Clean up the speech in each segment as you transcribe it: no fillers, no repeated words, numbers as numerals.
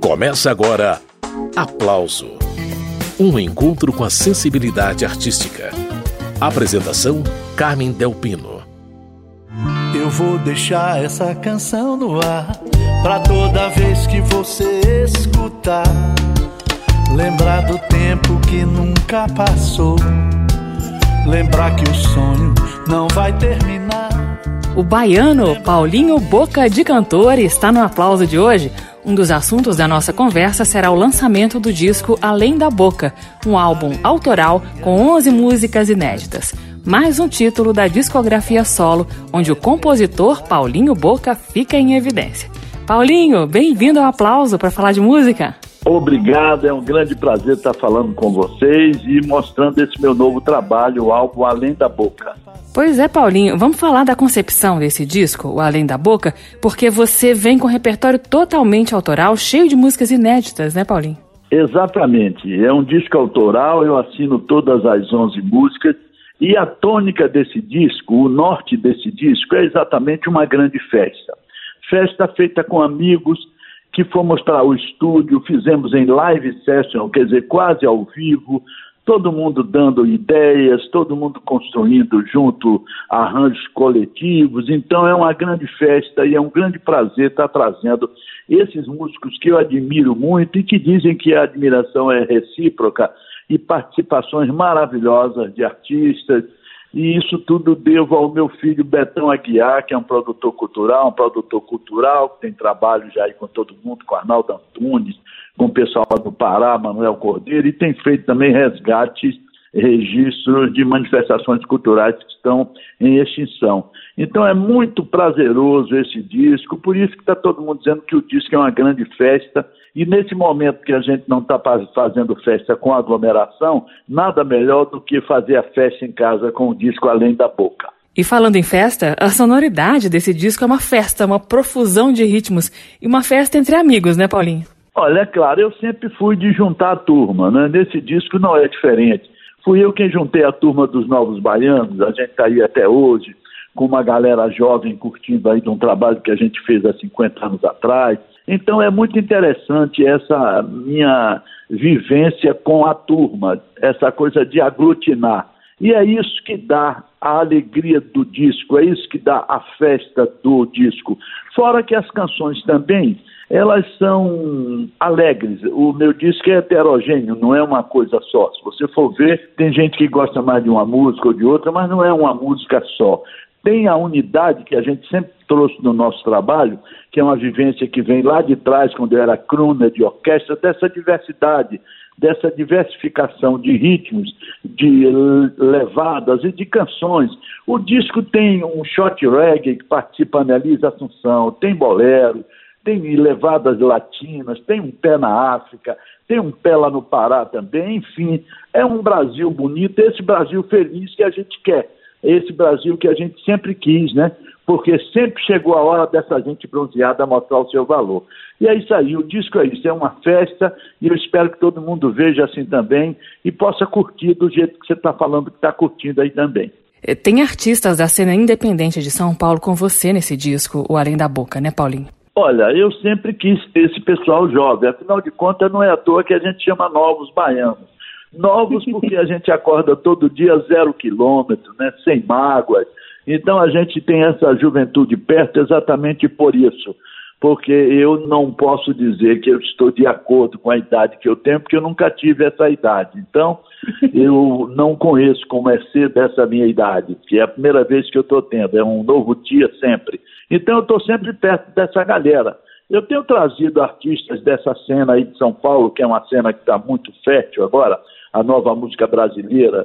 Começa agora Aplauso, um encontro com a sensibilidade artística. Apresentação, Carmen Del Pino. Eu vou deixar essa canção no ar, pra toda vez que você escutar, lembrar do tempo que nunca passou, lembrar que o sonho não vai terminar. O baiano Paulinho Boca de Cantor está no Aplauso de hoje. Um dos assuntos da nossa conversa será o lançamento do disco Além da Boca, um álbum autoral com 11 músicas inéditas. Mais um título da discografia solo, onde o compositor Paulinho Boca fica em evidência. Paulinho, bem-vindo ao Aplauso para falar de música. Obrigado, é um grande prazer estar falando com vocês e mostrando esse meu novo trabalho, o álbum Além da Boca. Pois é, Paulinho, vamos falar da concepção desse disco, o Além da Boca, porque você vem com um repertório totalmente autoral, cheio de músicas inéditas, né, Paulinho? Exatamente, é um disco autoral, eu assino todas as 11 músicas e a tônica desse disco, o norte desse disco é exatamente uma grande festa. Festa feita com amigos que fomos para o estúdio, fizemos em live session, quer dizer, quase ao vivo, todo mundo dando ideias, todo mundo construindo junto arranjos coletivos. Então é uma grande festa e é um grande prazer estar trazendo esses músicos que eu admiro muito e que dizem que a admiração é recíproca e participações maravilhosas de artistas. E isso tudo devo ao meu filho Betão Aguiar, que é um produtor cultural, que tem trabalho já aí com todo mundo, com Arnaldo Antunes, com o pessoal do Pará, Manuel Cordeiro, e tem feito também resgates, registros de manifestações culturais que estão em extinção. Então é muito prazeroso esse disco, por isso que está todo mundo dizendo que o disco é uma grande festa, e nesse momento que a gente não está fazendo festa com aglomeração, nada melhor do que fazer a festa em casa com o disco Além da Boca. E falando em festa, a sonoridade desse disco é uma festa, uma profusão de ritmos, e uma festa entre amigos, né, Paulinho? Olha, é claro, eu sempre fui de juntar a turma, né? Nesse disco não é diferente. Fui eu quem juntei a turma dos Novos Baianos, a gente está aí até hoje, com uma galera jovem curtindo aí de um trabalho que a gente fez há 50 anos atrás. Então é muito interessante essa minha vivência com a turma, essa coisa de aglutinar. E é isso que dá a alegria do disco, é isso que dá a festa do disco. Fora que as canções também, elas são alegres. O meu disco é heterogêneo, não é uma coisa só. Se você for ver, tem gente que gosta mais de uma música ou de outra, mas não é uma música só. Tem a unidade que a gente sempre trouxe no nosso trabalho, que é uma vivência que vem lá de trás, quando eu era crooner de orquestra, dessa diversidade, dessa diversificação de ritmos, de levadas e de canções. O disco tem um short reggae que participa Annelise Assunção, tem bolero, tem levadas latinas, tem um pé na África, tem um pé lá no Pará também, enfim, é um Brasil bonito, esse Brasil feliz que a gente quer, esse Brasil que a gente sempre quis, né? Porque sempre chegou a hora dessa gente bronzeada mostrar o seu valor. E é isso aí, o disco é isso, é uma festa e eu espero que todo mundo veja assim também e possa curtir do jeito que você está falando que está curtindo aí também. Tem artistas da cena independente de São Paulo com você nesse disco, o Além da Boca, né, Paulinho? Olha, eu sempre quis ter esse pessoal jovem, afinal de contas não é à toa que a gente chama Novos Baianos. Novos porque a gente acorda todo dia 0 quilômetro, né, sem mágoas. Então a gente tem essa juventude perto exatamente por isso. Porque eu não posso dizer que eu estou de acordo com a idade que eu tenho, porque eu nunca tive essa idade. Então, eu não conheço como é ser dessa minha idade, que é a primeira vez que eu estou tendo, é um novo dia sempre. Então, eu estou sempre perto dessa galera. Eu tenho trazido artistas dessa cena aí de São Paulo, que é uma cena que está muito fértil agora, a nova música brasileira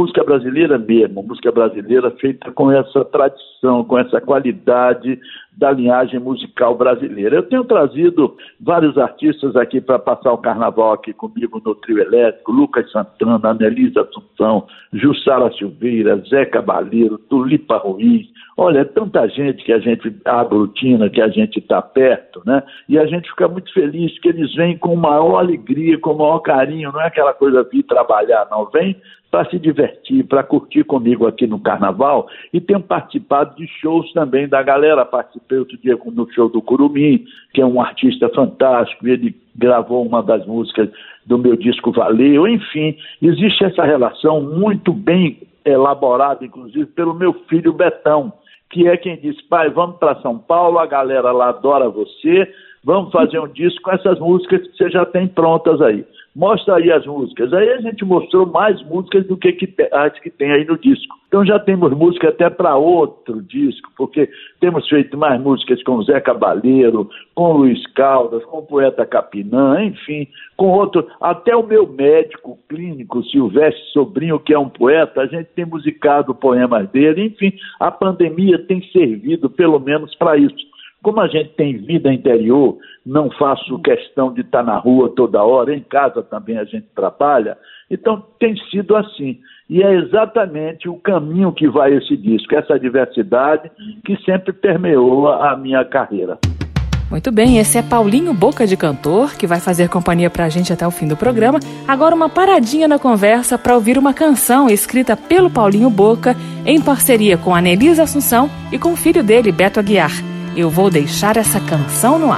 mesmo, música brasileira feita com essa tradição, com essa qualidade da linhagem musical brasileira. Eu tenho trazido vários artistas aqui para passar o carnaval aqui comigo no trio elétrico, Lucas Santana, Annelise Assunção, Jussara Silveira, Zé Cabaleiro, Tulipa Ruiz. Olha, é tanta gente que a gente aglutina, que a gente está perto, né? E a gente fica muito feliz que eles vêm com maior alegria, com maior carinho, não é aquela coisa de vir trabalhar, não. Vem para se divertir, para curtir comigo aqui no Carnaval, e tenho participado de shows também da galera. Participei outro dia no show do Curumim, que é um artista fantástico, ele gravou uma das músicas do meu disco Valeu. Enfim, existe essa relação muito bem elaborada, inclusive, pelo meu filho Betão, que é quem diz: pai, vamos para São Paulo, a galera lá adora você, vamos fazer um disco com essas músicas que você já tem prontas aí. Mostra aí as músicas. Aí a gente mostrou mais músicas do que as que tem aí no disco. Então já temos música até para outro disco, porque temos feito mais músicas com o Zé Cabaleiro, com o Luiz Caldas, com o poeta Capinã, enfim, com outro. Até o meu médico clínico, Silvestre Sobrinho, que é um poeta, a gente tem musicado poemas dele. Enfim, a pandemia tem servido pelo menos para isso. Como a gente tem vida interior, não faço questão de estar na rua toda hora, em casa também a gente trabalha, então tem sido assim. E é exatamente o caminho que vai esse disco, essa diversidade que sempre permeou a minha carreira. Muito bem, esse é Paulinho Boca de Cantor, que vai fazer companhia pra gente até o fim do programa. Agora uma paradinha na conversa para ouvir uma canção escrita pelo Paulinho Boca, em parceria com a Nelisa Assunção e com o filho dele, Beto Aguiar. Eu vou deixar essa canção no ar.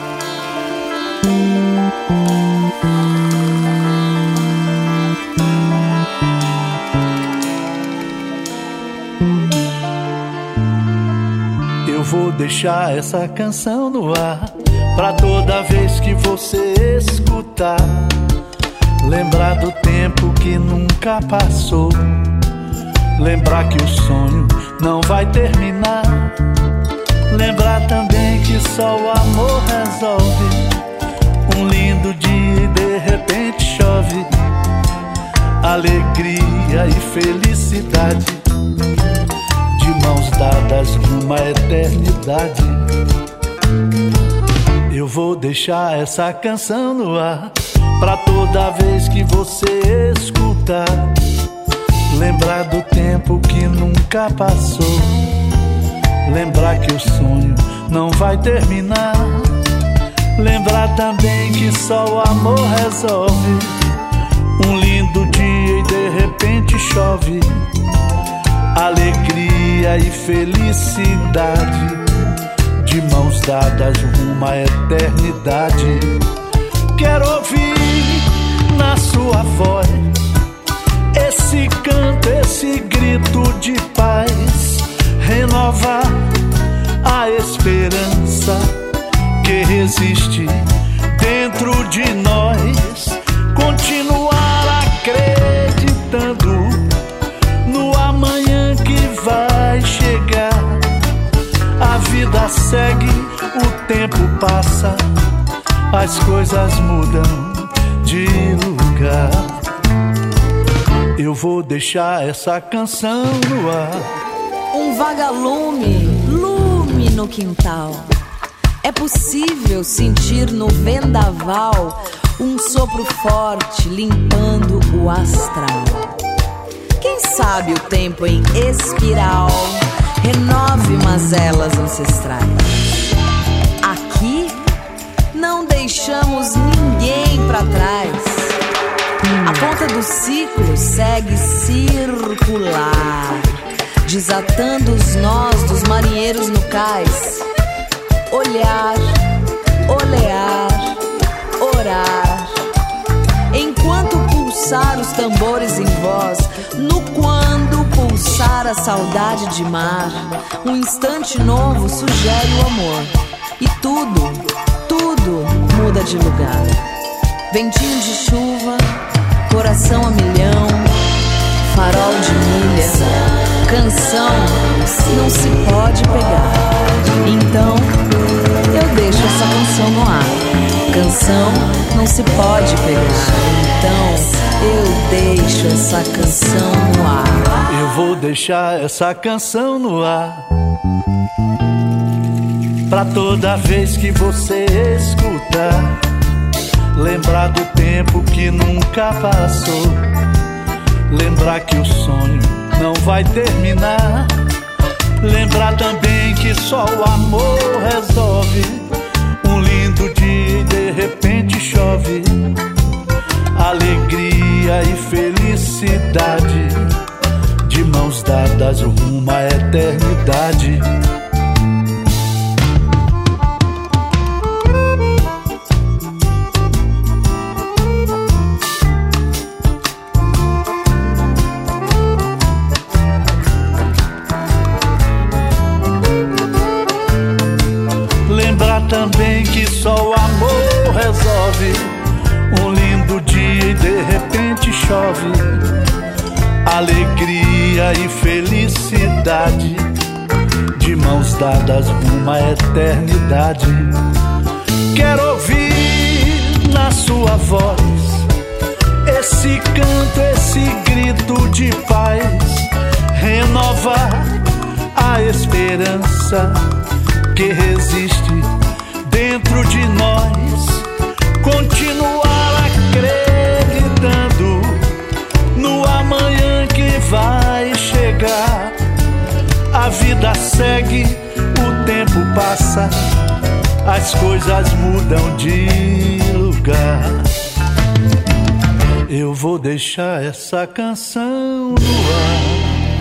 Eu vou deixar essa canção no ar, pra toda vez que você escutar, lembrar do tempo que nunca passou, lembrar que o sonho não vai terminar, lembrar também que só o amor resolve. Um lindo dia e de repente chove alegria e felicidade, de mãos dadas numa eternidade. Eu vou deixar essa canção no ar, pra toda vez que você escutar, lembrar do tempo que nunca passou, lembrar que o sonho não vai terminar, lembrar também que só o amor resolve. Um lindo dia e de repente chove alegria e felicidade, de mãos dadas rumo à eternidade. Quero ouvir na sua voz esse canto, esse grito de paz, renovar a esperança que resiste dentro de nós, continuar acreditando no amanhã que vai chegar. A vida segue, o tempo passa, as coisas mudam de lugar. Eu vou deixar essa canção no ar. Um vagalume, lume no quintal. É possível sentir no vendaval um sopro forte limpando o astral. Quem sabe o tempo em espiral renove mazelas ancestrais. Aqui não deixamos ninguém pra trás. A ponta do ciclo segue circular, desatando os nós dos marinheiros no cais. Olhar, olear, orar, enquanto pulsar os tambores em voz, no quando pulsar a saudade de mar, um instante novo sugere o amor, e tudo, tudo muda de lugar. Ventinho de chuva, coração a milhão, farol de milha, canção não se pode pegar. Então eu deixo essa canção no ar. Canção não se pode pegar. Então eu deixo essa canção no ar. Eu vou deixar essa canção no ar, pra toda vez que você escutar, lembrar do tempo que nunca passou, lembrar que o sonho não vai terminar, lembrar também que só o amor resolve. Um lindo dia e de repente chove alegria e felicidade, eternidade, de mãos dadas rumo à eternidade. Lembrar também que só o amor resolve. Um lindo dia e de repente chove alegria e felicidade, de mãos dadas rumo à eternidade. Quero ouvir na sua voz esse canto, esse grito de paz, renovar a esperança que resiste dentro de nós, continuar acreditando no amanhã que vai chegar. A vida segue, o tempo passa, as coisas mudam de lugar. Eu vou deixar essa canção no ar.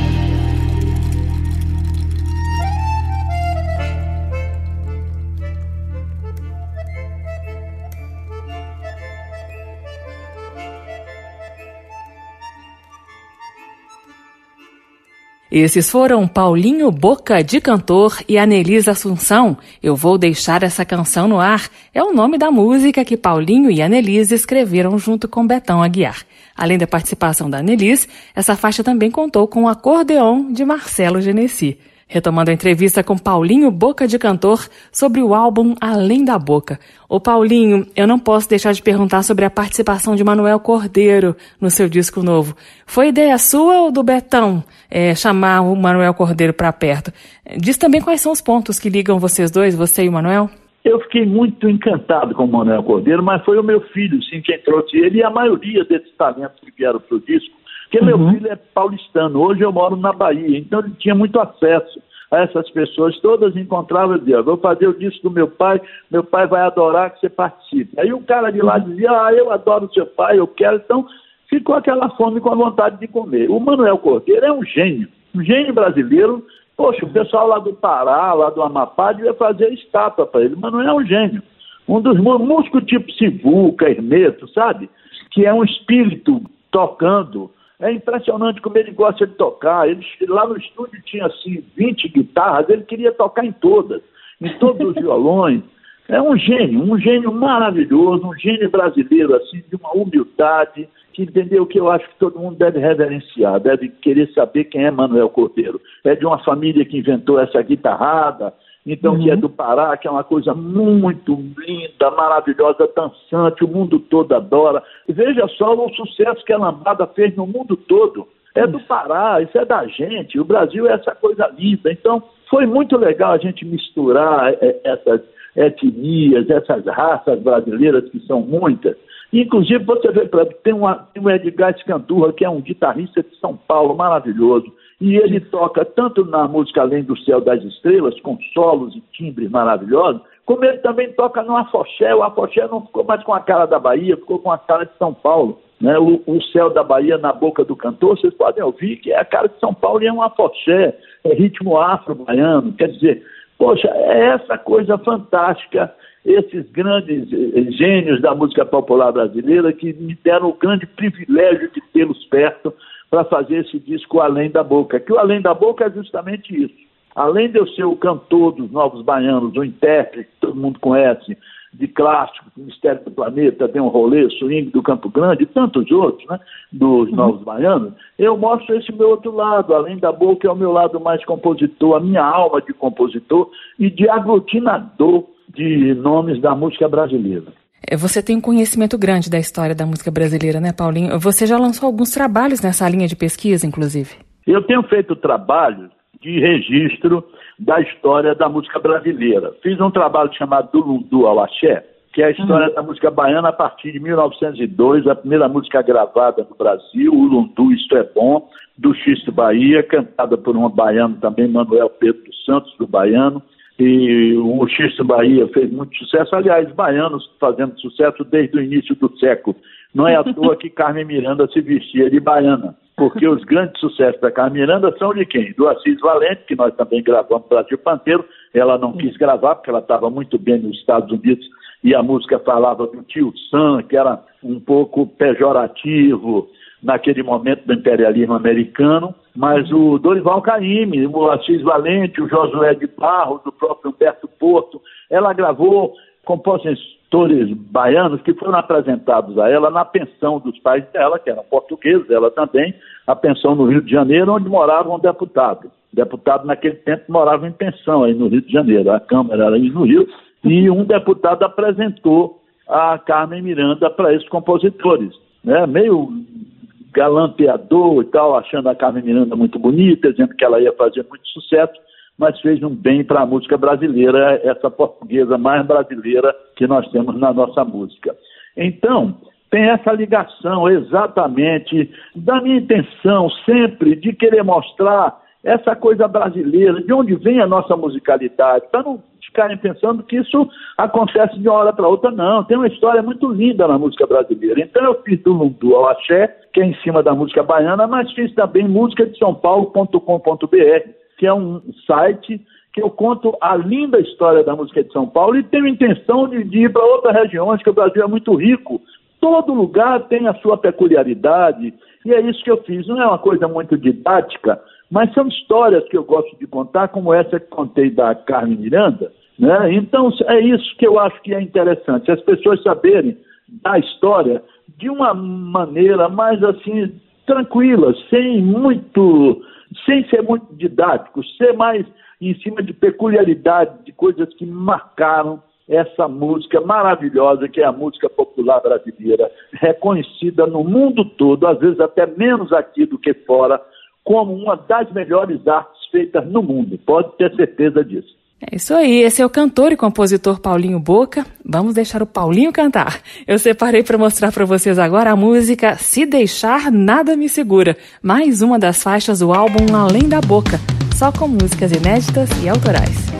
Esses foram Paulinho Boca de Cantor e Anelise Assunção. Eu vou deixar essa canção no ar. É o nome da música que Paulinho e Anelise escreveram junto com Betão Aguiar. Além da participação da Anelise, essa faixa também contou com o acordeon de Marcelo Genesi. Retomando a entrevista com Paulinho Boca de Cantor sobre o álbum Além da Boca. Ô Paulinho, eu não posso deixar de perguntar sobre a participação de Manuel Cordeiro no seu disco novo. Foi ideia sua ou do Betão chamar o Manuel Cordeiro para perto? Diz também quais são os pontos que ligam vocês dois, você e o Manuel? Eu fiquei muito encantado com o Manuel Cordeiro, mas foi o meu filho, sim, quem trouxe ele e a maioria desses talentos que vieram para o disco. Porque meu filho é paulistano, hoje eu moro na Bahia, então ele tinha muito acesso a essas pessoas, todas encontravam e diziam, vou fazer o disco do meu pai vai adorar que você participe. Aí o cara de lá dizia, eu adoro o seu pai, eu quero, então ficou aquela fome com a vontade de comer. O Manuel Cordeiro é um gênio brasileiro. Poxa, o pessoal lá do Pará, lá do Amapá, devia fazer estátua para ele. Manuel é um gênio. Um dos músicos tipo Sivuca, Hermeto, sabe? Que é um espírito tocando. É impressionante como ele gosta de tocar. Ele, lá no estúdio tinha assim 20 guitarras, ele queria tocar em todos os violões. É um gênio maravilhoso, um gênio brasileiro, assim, de uma humildade, que entendeu que eu acho que todo mundo deve reverenciar, deve querer saber quem é Manuel Cordeiro. É de uma família que inventou essa guitarrada, então que é do Pará, que é uma coisa muito linda, maravilhosa, dançante, o mundo todo adora. E veja só o sucesso que a lambada fez no mundo todo. É do Pará, isso é da gente, o Brasil é essa coisa linda. Então foi muito legal a gente misturar essas etnias, essas raças brasileiras, que são muitas. Inclusive, você vê, tem o Edgar Escandurra, que é um guitarrista de São Paulo, maravilhoso, e ele toca tanto na música Além do Céu das Estrelas, com solos e timbres maravilhosos, como ele também toca no afoxé. O afoxé não ficou mais com a cara da Bahia, ficou com a cara de São Paulo. Né? O Céu da Bahia na boca do cantor, vocês podem ouvir que é a cara de São Paulo e é um afoxé, é ritmo afro-baiano, quer dizer, poxa, é essa coisa fantástica, esses grandes gênios da música popular brasileira que me deram o grande privilégio de tê-los perto para fazer esse disco Além da Boca, que o Além da Boca é justamente isso. Além de eu ser o cantor dos Novos Baianos, o intérprete que todo mundo conhece, de clássico, do Mistério do Planeta, Tem um Rolê, Swing do Campo Grande e tantos outros, né, dos Novos Baianos, eu mostro esse meu outro lado. Além da Boca é o meu lado mais compositor, a minha alma de compositor e de aglutinador de nomes da música brasileira. Você tem um conhecimento grande da história da música brasileira, né, Paulinho? Você já lançou alguns trabalhos nessa linha de pesquisa, inclusive. Eu tenho feito trabalhos de registro da história da música brasileira. Fiz um trabalho chamado Do Lundu ao Axé, que é a história da música baiana a partir de 1902, a primeira música gravada no Brasil, o Lundu, Isto é Bom, do Xisto Bahia, cantada por um baiano também, Manuel Pedro dos Santos, do Baiano. e o Xixo Bahia fez muito sucesso. Aliás, baianos fazendo sucesso desde o início do século. Não é à toa que Carmen Miranda se vestia de baiana, porque os grandes sucessos da Carmen Miranda são de quem? Do Assis Valente, que nós também gravamos Brasil Panteiro. Ela não quis gravar porque ela estava muito bem nos Estados Unidos e a música falava do tio Sam, que era um pouco pejorativo naquele momento do imperialismo americano, mas o Dorival Caymmi, o Assis Valente, o Josué de Barros, o próprio Humberto Porto, ela gravou compositores baianos que foram apresentados a ela na pensão dos pais dela, que eram portugueses, ela também, a pensão no Rio de Janeiro, onde morava um deputado. O deputado naquele tempo morava em pensão aí no Rio de Janeiro, a Câmara era aí no Rio, e um deputado apresentou a Carmen Miranda para esses compositores, né? Meio galanteador e tal, achando a Carmen Miranda muito bonita, dizendo que ela ia fazer muito sucesso, mas fez um bem para a música brasileira, essa portuguesa mais brasileira que nós temos na nossa música. Então, tem essa ligação exatamente da minha intenção sempre de querer mostrar essa coisa brasileira, de onde vem a nossa musicalidade, para não ficarem pensando que isso acontece de uma hora para outra, não. Tem uma história muito linda na música brasileira. Então eu fiz do Lundu ao Axé, que é em cima da música baiana, mas fiz também música de São Paulo.com.br, que é um site que eu conto a linda história da música de São Paulo e tenho intenção de ir para outras regiões, que o Brasil é muito rico. Todo lugar tem a sua peculiaridade e é isso que eu fiz. Não é uma coisa muito didática, mas são histórias que eu gosto de contar, como essa que contei da Carmen Miranda, né? Então é isso que eu acho que é interessante, as pessoas saberem da história de uma maneira mais assim, tranquila, sem ser muito didático, ser mais em cima de peculiaridade, de coisas que marcaram essa música maravilhosa que é a música popular brasileira, reconhecida no mundo todo, às vezes até menos aqui do que fora, como uma das melhores artes feitas no mundo. Pode ter certeza disso. É isso aí, esse é o cantor e compositor Paulinho Boca. Vamos deixar o Paulinho cantar. Eu separei para mostrar para vocês agora a música Se Deixar Nada Me Segura, mais uma das faixas do álbum Além da Boca, só com músicas inéditas e autorais.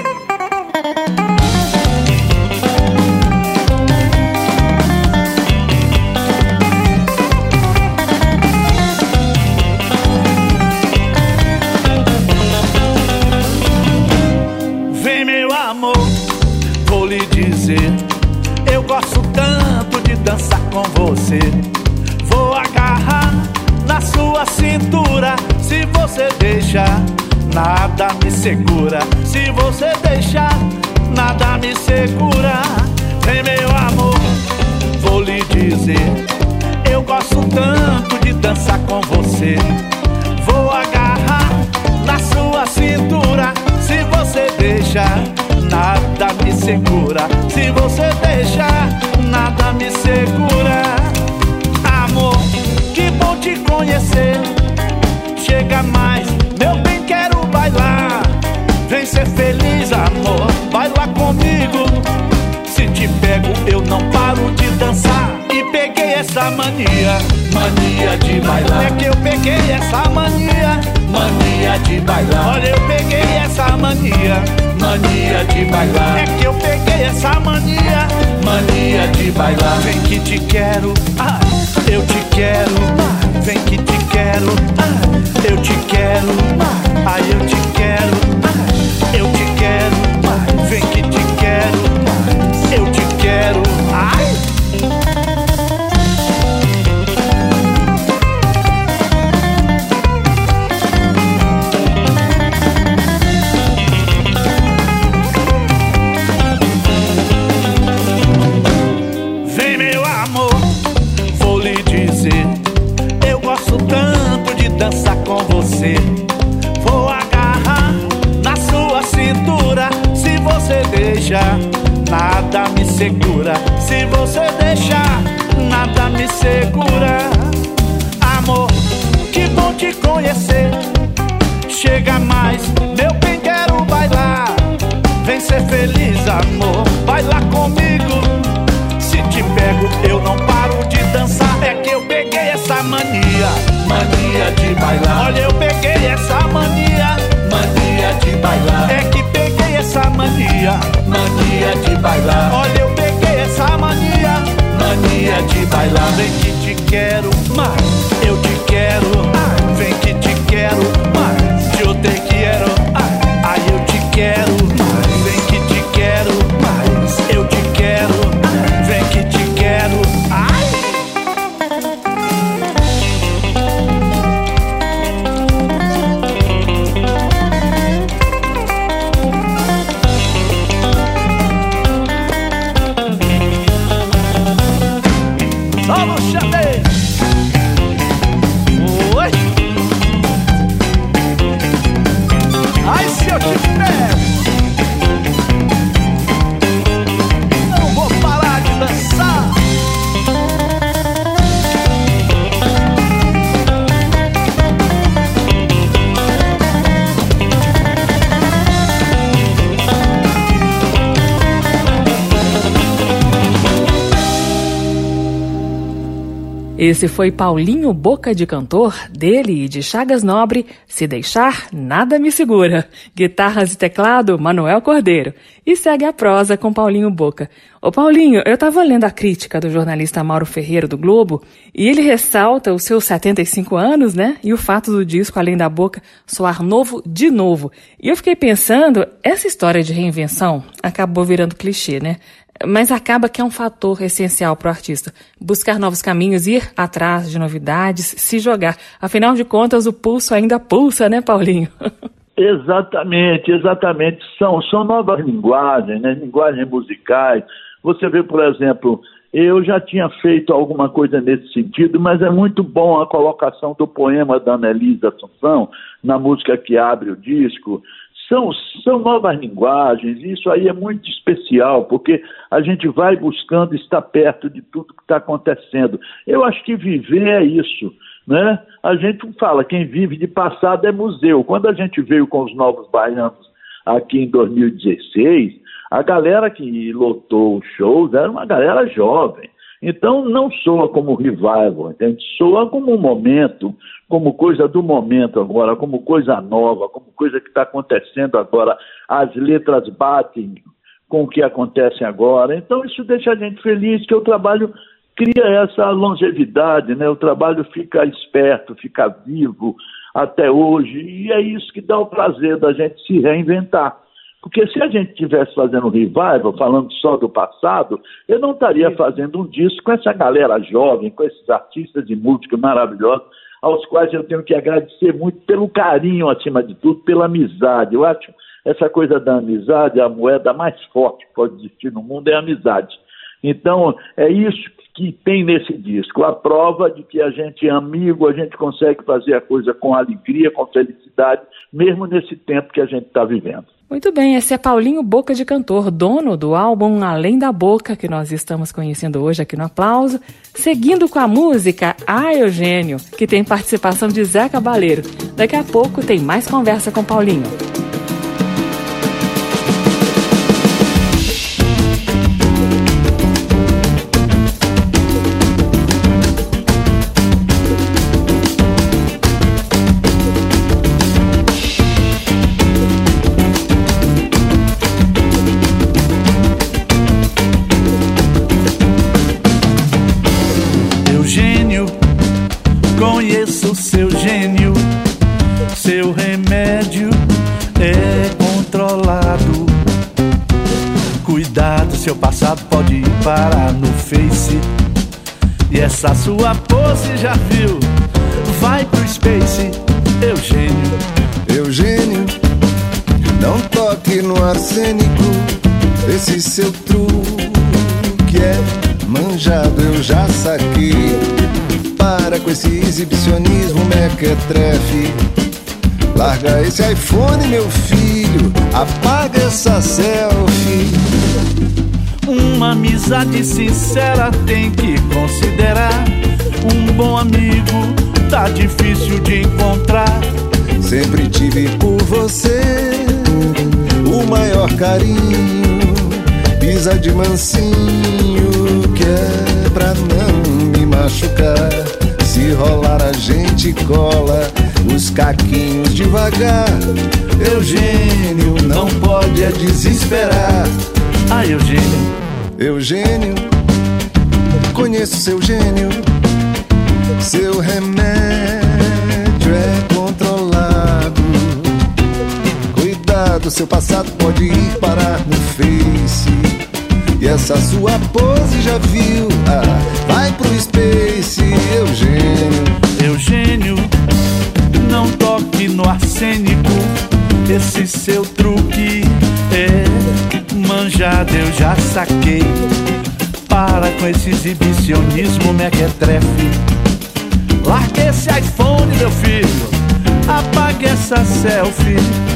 Eu gosto tanto de dançar com você. Vou agarrar na sua cintura. Se você deixar, nada me segura. Se você deixar, nada me segura. Vem, meu amor, vou lhe dizer. Eu gosto tanto de dançar com você. Vou agarrar na sua cintura. Se você deixar, nada me segura. Se você deixar, nada me segura. Amor, que bom te conhecer. Chega mais, meu bem, quero bailar. Vem ser feliz, amor, baila comigo. Se te pego, eu não paro de dançar. E peguei essa mania, mania de bailar. É que eu peguei essa mania, mania de bailar. Olha, eu peguei essa mania, mania de bailar. É que eu peguei essa mania, mania de bailar. Vem que te quero, ah, eu te quero. Vem que te quero, ah, eu te quero. Ah, eu te quero, ah, eu te quero. Ah, vem que te quero, ah, eu te quero. Ai! Dançar com você. Vou agarrar na sua cintura. Se você deixar, nada me segura. Se você deixar, nada me segura. Amor, que bom te conhecer. Chega mais, meu bem, quero bailar. Vem ser feliz, amor, baila comigo. Se te pego, eu não paro de dançar. É que eu peguei essa mania, mania de bailar. Olha, eu peguei essa mania, mania de bailar. É que peguei essa Vai lá, vem que te quero mais, eu te quero, vem que te quero mais, eu te quero, ai eu te quero mais, vem que te quero mais, eu te quero, vem que te quero, ai. Vamos, chamei! Oi! Ai, se eu te pego, não vou parar de dançar. Esse foi Paulinho Boca de Cantor, dele e de Chagas Nobre, Se Deixar, Nada Me Segura. Guitarras e teclado, Manuel Cordeiro. E segue a prosa com Paulinho Boca. Ô Paulinho, eu tava lendo a crítica do jornalista Mauro Ferreira do Globo, e ele ressalta os seus 75 anos, né? E o fato do disco Além da Boca soar novo de novo. E eu fiquei pensando, essa história de reinvenção acabou virando clichê, né? Mas acaba que é um fator essencial para o artista. Buscar novos caminhos, ir atrás de novidades, se jogar. Afinal de contas, o pulso ainda pulsa, né, Paulinho? Exatamente. São novas linguagens, né? Linguagens musicais. Você vê, por exemplo, eu já tinha feito alguma coisa nesse sentido, mas é muito bom a colocação do poema da Annelise Assunção na música que abre o disco. São novas linguagens, e isso aí é muito especial, porque a gente vai buscando estar perto de tudo que está acontecendo. Eu acho que viver é isso, né? A gente fala, quem vive de passado é museu. Quando a gente veio com os Novos Baianos aqui em 2016, a galera que lotou os shows era uma galera jovem. Então não soa como revival, entende? Soa como um momento, como coisa do momento agora, como coisa nova, como coisa que está acontecendo agora. As letras batem com o que acontece agora. Então isso deixa a gente feliz, que o trabalho cria essa longevidade, né? O trabalho fica esperto, fica vivo até hoje, e é isso que dá o prazer da gente se reinventar. Porque se a gente estivesse fazendo um revival, falando só do passado, eu não estaria fazendo um disco com essa galera jovem, com esses artistas de música maravilhosos, aos quais eu tenho que agradecer muito pelo carinho, acima de tudo, pela amizade. Eu acho essa coisa da amizade, a moeda mais forte que pode existir no mundo é a amizade. Então, é isso que tem nesse disco, a prova de que a gente é amigo, a gente consegue fazer a coisa com alegria, com felicidade, mesmo nesse tempo que a gente está vivendo. Muito bem, esse é Paulinho Boca de Cantor, dono do álbum Além da Boca, que nós estamos conhecendo hoje aqui no Aplauso. Seguindo com a música Ai Eugênio, que tem participação de Zé Cabaleiro. Daqui a pouco tem mais conversa com Paulinho. Conheço seu gênio, seu remédio é controlado. Cuidado, seu passado pode ir parar no Face. E essa sua pose já viu, vai pro Space. Eugênio, não toque no arsênico. Esse seu truque é manjado, eu já saquei. Para com esse exibicionismo mequetrefe. Larga esse iPhone, meu filho, apaga essa selfie. Uma amizade sincera tem que considerar. Um bom amigo tá difícil de encontrar. Sempre tive por você o maior carinho. Pisa de mansinho, que é pra não me machucar. Se rolar a gente cola os caquinhos devagar. Eugênio, não pode desesperar. Ai, Eugênio, Conheço seu gênio, seu remédio é controlado. Cuidado, seu passado pode ir parar no Face. E essa sua pose já viu, vai pro Space. Eugênio, não toque no arsênico. Esse seu truque é manjado, eu já saquei. Para com esse exibicionismo mequetrefe. Largue esse iPhone, meu filho, apague essa selfie.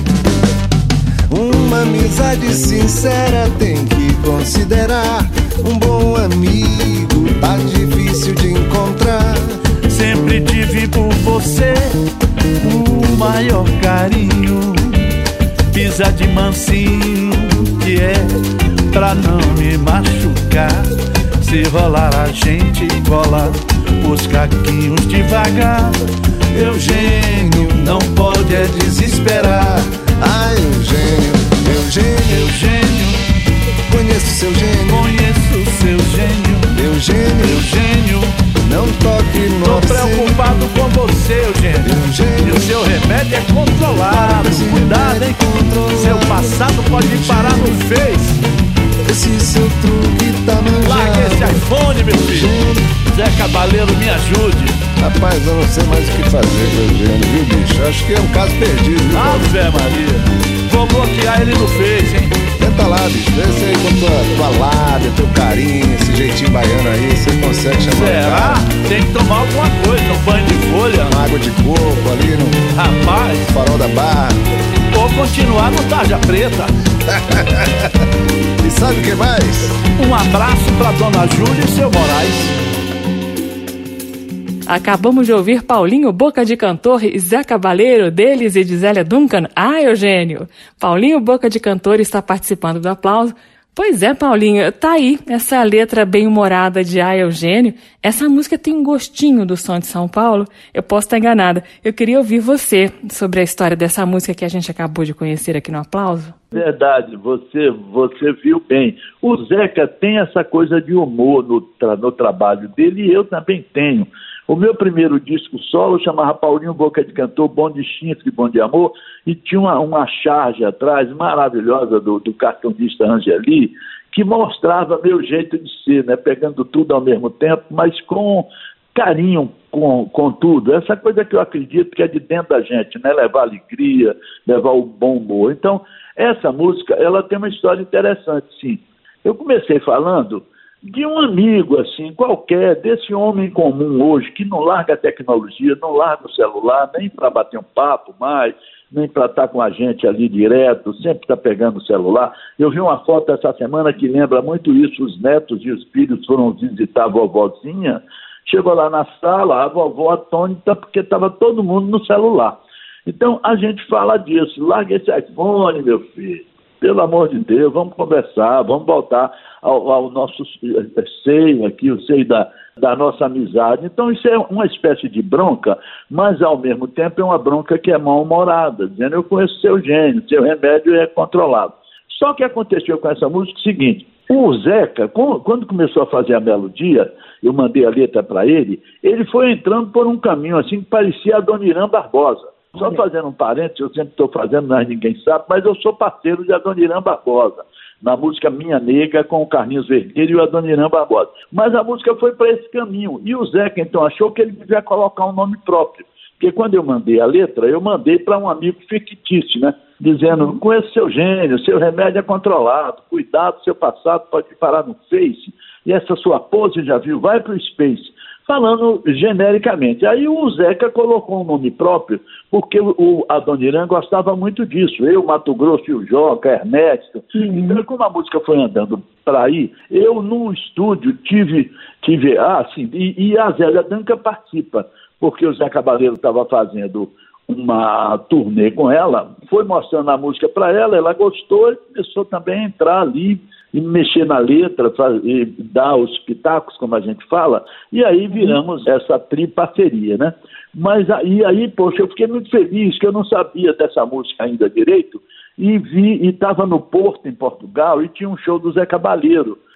Uma amizade sincera tem que considerar. Um bom amigo tá difícil de encontrar. Sempre tive por você o maior carinho. Pisa de mansinho, que é pra não me machucar. Se rolar a gente cola os caquinhos devagar. Eugênio, não pode desesperar. Eugênio, conheço seu gênio. Eugênio, não toque no Tô preocupado com você, Eugênio. E o seu remédio é controlado. Cuidado, hein? Seu passado pode parar no Face. Esse seu truque tá manjado. Larga esse iPhone, meu filho. Zé Cabaleiro, me ajude. Rapaz, eu não sei mais o que fazer com o Eugênio, viu, bicho? Acho que é um caso perdido, viu? Ave Maria. Vou bloquear ele no Face, hein? Tenta lá, bicho. Vê se aí com tua lábia, teu carinho, esse jeitinho baiano aí, você consegue chamar. Será? Tem que tomar alguma coisa, um banho de folha. Uma água de coco ali no Rapaz, farol da barra. Ou continuar no Tarja Preta. E sabe o que mais? Um abraço pra Dona Júlia e seu Moraes. Acabamos de ouvir Paulinho Boca de Cantor e Zé Cabaleiro, deles e de Zélia Duncan. Eugênio! Paulinho Boca de Cantor está participando do aplauso. Pois é, Paulinho, tá aí essa letra bem-humorada de Eugênio. Essa música tem um gostinho do som de São Paulo. Eu posso estar enganada. Eu queria ouvir você sobre a história dessa música que a gente acabou de conhecer aqui no aplauso. Verdade, você viu bem. O Zeca tem essa coisa de humor no trabalho dele e eu também tenho. O meu primeiro disco solo chamava Paulinho Boca de Cantor, Bom de Chifre, Bom de Amor, e tinha uma charge atrás maravilhosa do cartunista Angeli, que mostrava meu jeito de ser, né? Pegando tudo ao mesmo tempo, mas com carinho com tudo. Essa coisa que eu acredito que é de dentro da gente, né? Levar alegria, levar o bom humor. Então, essa música, ela tem uma história interessante, sim. Eu comecei falando de um amigo, assim, qualquer, desse homem comum hoje, que não larga a tecnologia, não larga o celular, nem para bater um papo mais, nem para estar com a gente ali direto, sempre está pegando o celular. Eu vi uma foto essa semana que lembra muito isso, os netos e os filhos foram visitar a vovozinha, chegou lá na sala, a vovó atônita, porque estava todo mundo no celular. Então, a gente fala disso, larga esse iPhone, meu filho. Pelo amor de Deus, vamos conversar, vamos voltar ao nosso seio aqui, o seio da nossa amizade. Então isso é uma espécie de bronca, mas ao mesmo tempo é uma bronca que é mal-humorada, dizendo eu conheço seu gênio, seu remédio é controlado. Só que aconteceu com essa música o seguinte, o Zeca, quando começou a fazer a melodia, eu mandei a letra para ele foi entrando por um caminho assim que parecia a Dona Irã Barbosa. Só fazendo um parênteses, eu sempre estou fazendo, mas ninguém sabe, mas eu sou parceiro de Adoniran Barbosa, na música Minha Nega, com o Carlinhos Vermelho e o Adoniran Barbosa. Mas a música foi para esse caminho, e o Zeca então achou que ele devia colocar um nome próprio, porque quando eu mandei a letra, eu mandei para um amigo fictício, né, dizendo, conheço seu gênio, seu remédio é controlado, cuidado, seu passado pode parar no Face, e essa sua pose já viu, vai para o Space. Falando genericamente. Aí o Zeca colocou um nome próprio, porque o Adoniran gostava muito disso. Eu, Mato Grosso e o Joca, Ernesto. Então, como a música foi andando para aí, eu no estúdio tive e a Zélia Duncan participa, porque o Zé Cabaleiro estava fazendo uma turnê com ela, foi mostrando a música para ela, ela gostou e começou também a entrar ali e mexer na letra, e dar os pitacos, como a gente fala, e aí viramos essa triparceria, né? Mas aí, poxa, eu fiquei muito feliz, que eu não sabia dessa música ainda direito, e estava no Porto, em Portugal, e tinha um show do Zé Cabaleiro,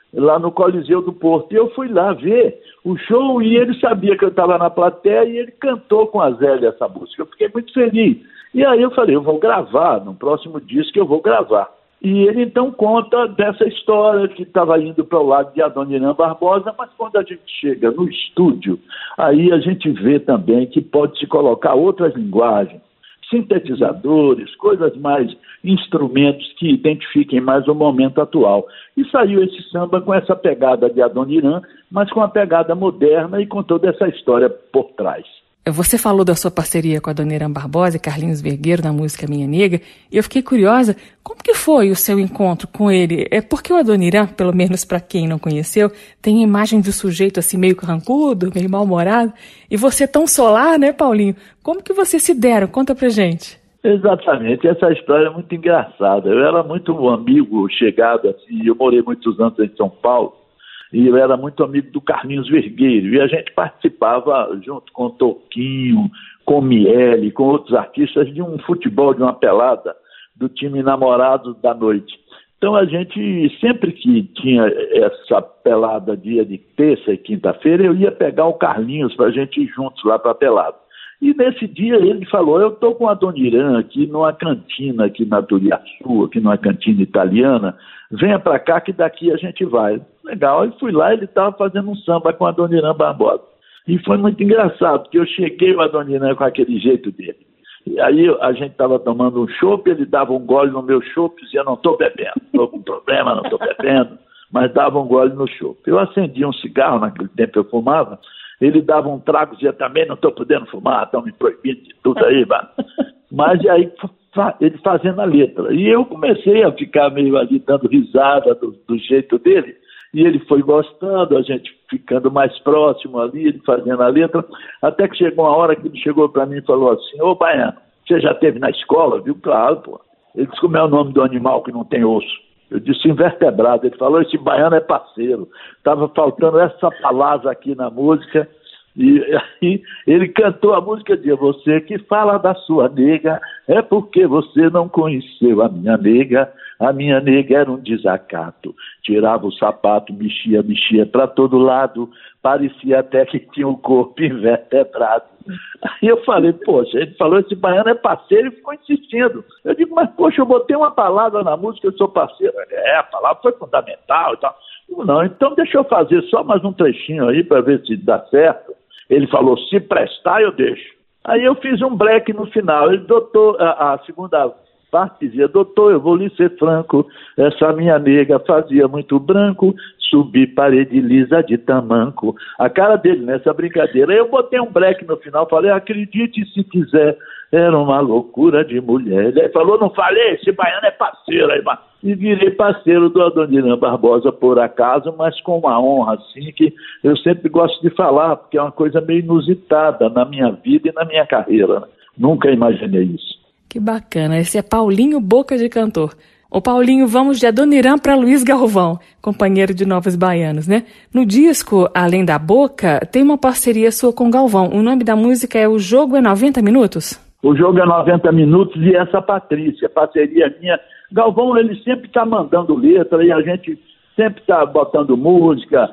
lá no Coliseu do Porto. E eu fui lá ver o show e ele sabia que eu estava na plateia e ele cantou com a Zélia essa música. Eu fiquei muito feliz. E aí eu falei, eu vou gravar, no próximo disco eu vou gravar. E ele então conta dessa história que estava indo para o lado de Adoniran Barbosa, mas quando a gente chega no estúdio, aí a gente vê também que pode se colocar outras linguagens, sintetizadores, coisas mais, instrumentos que identifiquem mais o momento atual. E saiu esse samba com essa pegada de Adoniran, mas com a pegada moderna e com toda essa história por trás. Você falou da sua parceria com a Adoniran Barbosa e Carlinhos Vergueiro na música Minha Nega, e eu fiquei curiosa, como que foi o seu encontro com ele? É porque o Adoniran, pelo menos para quem não conheceu, tem a imagem de sujeito assim meio carrancudo, meio mal-humorado, e você tão solar, né, Paulinho? Como que vocês se deram? Conta pra gente. Exatamente, essa história é muito engraçada. Eu era muito amigo, chegado assim, eu morei muitos anos em São Paulo, e eu era muito amigo do Carlinhos Vergueiro, e a gente participava junto com o Toquinho, com o Miele, com outros artistas de um futebol, de uma pelada, do time Namorados da Noite. Então a gente, sempre que tinha essa pelada dia de terça e quinta-feira, eu ia pegar o Carlinhos para a gente ir juntos lá para a pelada. E nesse dia ele falou, eu estou com a Adoniran aqui numa cantina aqui na Turiaçu, aqui numa cantina italiana, venha para cá que daqui a gente vai. Legal, eu fui lá, ele estava fazendo um samba com a Adoniran Barbosa. E foi muito engraçado, porque eu cheguei o Adoniran com aquele jeito dele. E aí a gente estava tomando um chopp, ele dava um gole no meu chopp e dizia, não estou bebendo, estou com problema, não estou bebendo, mas dava um gole no chopp. Eu acendia um cigarro, naquele tempo eu fumava, ele dava um trago e dizia, também não estou podendo fumar, estão me proibindo de tudo aí, mano. Mas aí ele fazendo a letra. E eu comecei a ficar meio ali dando risada do jeito dele, e ele foi gostando, a gente ficando mais próximo ali, ele fazendo a letra, até que chegou uma hora que ele chegou para mim e falou assim, ô Baiano, você já esteve na escola, viu? Claro, pô. Ele disse, como é o nome do animal que não tem osso? Eu disse invertebrado. Ele falou, esse baiano é parceiro. Estava faltando essa palavra aqui na música. E aí ele cantou a música e dizia, você que fala da sua nega é porque você não conheceu a minha nega. A minha nega era um desacato. Tirava o sapato, mexia para todo lado. Parecia até que tinha um corpo invertebrado. Aí eu falei, poxa, ele falou, esse baiano é parceiro e ficou insistindo. Eu digo, mas poxa, eu botei uma palavra na música, eu sou parceiro. A palavra foi fundamental e tal. Não, então deixa eu fazer só mais um trechinho aí para ver se dá certo. Ele falou, se prestar eu deixo. Aí eu fiz um break no final. Ele, doutor, a segunda parte dizia, doutor, eu vou lhe ser franco, essa minha nega fazia muito branco, subi parede lisa de tamanco. A cara dele nessa brincadeira. Aí eu botei um break no final, falei, acredite se quiser, era uma loucura de mulher. Ele falou, não falei, esse baiano é parceiro. Aí, e virei parceiro do Adoniran Barbosa por acaso, mas com uma honra assim que eu sempre gosto de falar, porque é uma coisa meio inusitada na minha vida e na minha carreira, né? Nunca imaginei isso. Que bacana, esse é Paulinho Boca de Cantor. Ô Paulinho, vamos de Adoniran para Luiz Galvão, companheiro de Novos Baianos, né? No disco Além da Boca, tem uma parceria sua com Galvão. O nome da música é O Jogo é 90 Minutos? O Jogo é 90 Minutos e essa Patrícia, parceria minha. Galvão, ele sempre está mandando letra e a gente sempre está botando música.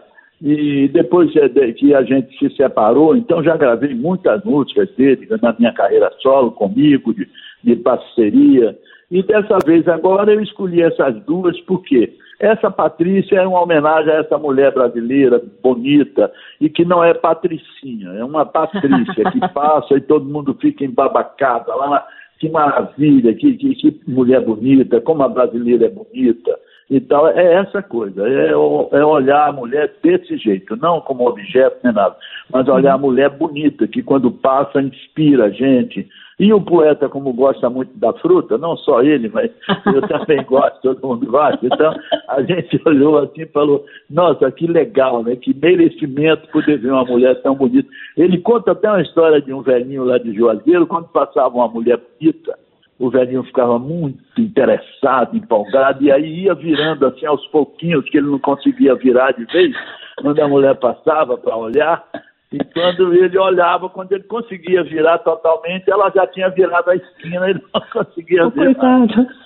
E depois que a gente se separou, então já gravei muitas músicas dele na minha carreira solo, comigo, de parceria. E dessa vez agora eu escolhi essas duas porque essa Patrícia é uma homenagem a essa mulher brasileira bonita e que não é patricinha, é uma Patrícia que passa e todo mundo fica embabacado. Que maravilha, que mulher bonita, como a brasileira é bonita. Então, é essa coisa, é olhar a mulher desse jeito, não como objeto nem nada, mas olhar a mulher bonita, que quando passa inspira a gente. E o poeta, como gosta muito da fruta, não só ele, mas eu também gosto, todo mundo gosta. Então, a gente olhou assim e falou, nossa, que legal, né? Que merecimento poder ver uma mulher tão bonita. Ele conta até uma história de um velhinho lá de Juazeiro, quando passava uma mulher bonita, o velhinho ficava muito interessado, empolgado, e aí ia virando assim aos pouquinhos, que ele não conseguia virar de vez, quando a mulher passava para olhar, e quando ele olhava, quando ele conseguia virar totalmente, ela já tinha virado a esquina, ele não conseguia virar. Coitado.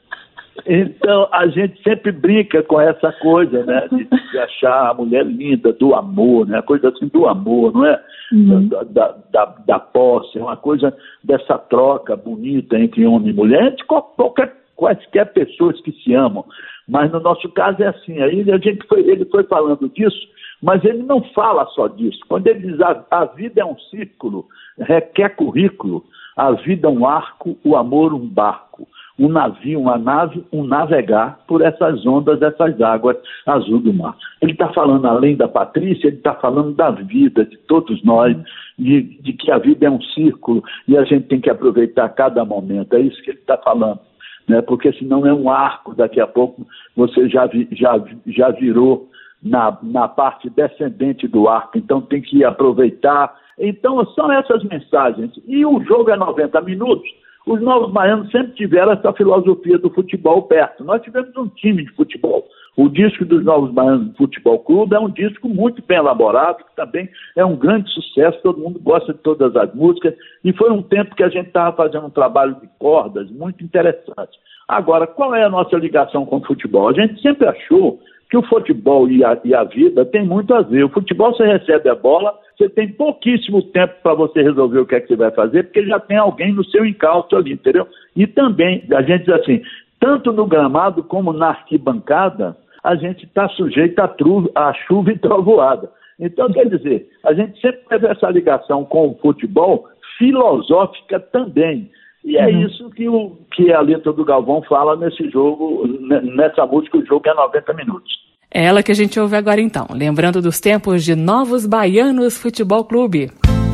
Então, a gente sempre brinca com essa coisa, né? De achar a mulher linda, do amor, né? A coisa assim do amor, não é? Da posse, uma coisa dessa troca bonita entre homem e mulher, de quaisquer pessoas que se amam. Mas no nosso caso é assim, aí ele foi falando disso, mas ele não fala só disso. Quando ele diz a vida é um círculo, requer currículo, a vida é um arco, o amor um barco, um navio, uma nave, um navegar por essas ondas, essas águas azul do mar. Ele está falando, além da Patrícia, ele está falando da vida de todos nós, de que a vida é um círculo e a gente tem que aproveitar cada momento. É isso que ele está falando, né? Porque senão é um arco, daqui a pouco você já virou na parte descendente do arco, então tem que aproveitar. Então são essas mensagens. E o jogo é 90 minutos. Os Novos Baianos sempre tiveram essa filosofia do futebol perto. Nós tivemos um time de futebol. O disco dos Novos Baianos do Futebol Clube é um disco muito bem elaborado, que também é um grande sucesso, todo mundo gosta de todas as músicas, e foi um tempo que a gente estava fazendo um trabalho de cordas muito interessante. Agora, qual é a nossa ligação com o futebol? A gente sempre achou que o futebol e a vida tem muito a ver. O futebol, você recebe a bola, você tem pouquíssimo tempo para você resolver o que é que você vai fazer, porque já tem alguém no seu encalço ali, entendeu? E também, a gente diz assim, tanto no gramado como na arquibancada, a gente está sujeito a chuva e trovoada. Então, quer dizer, a gente sempre teve essa ligação com o futebol filosófica também. E é isso que a letra do Galvão fala nesse jogo, nessa música, o jogo é 90 minutos. É ela que a gente ouve agora então, lembrando dos tempos de Novos Baianos Futebol Clube.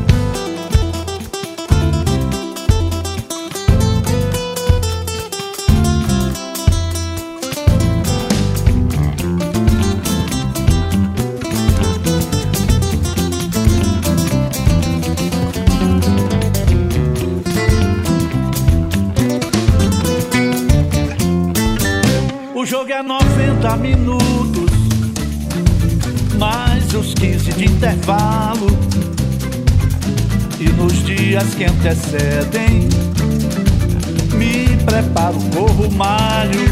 O jogo é 90 minutos, mais os 15 de intervalo. E nos dias que antecedem, me preparo, corro, malho.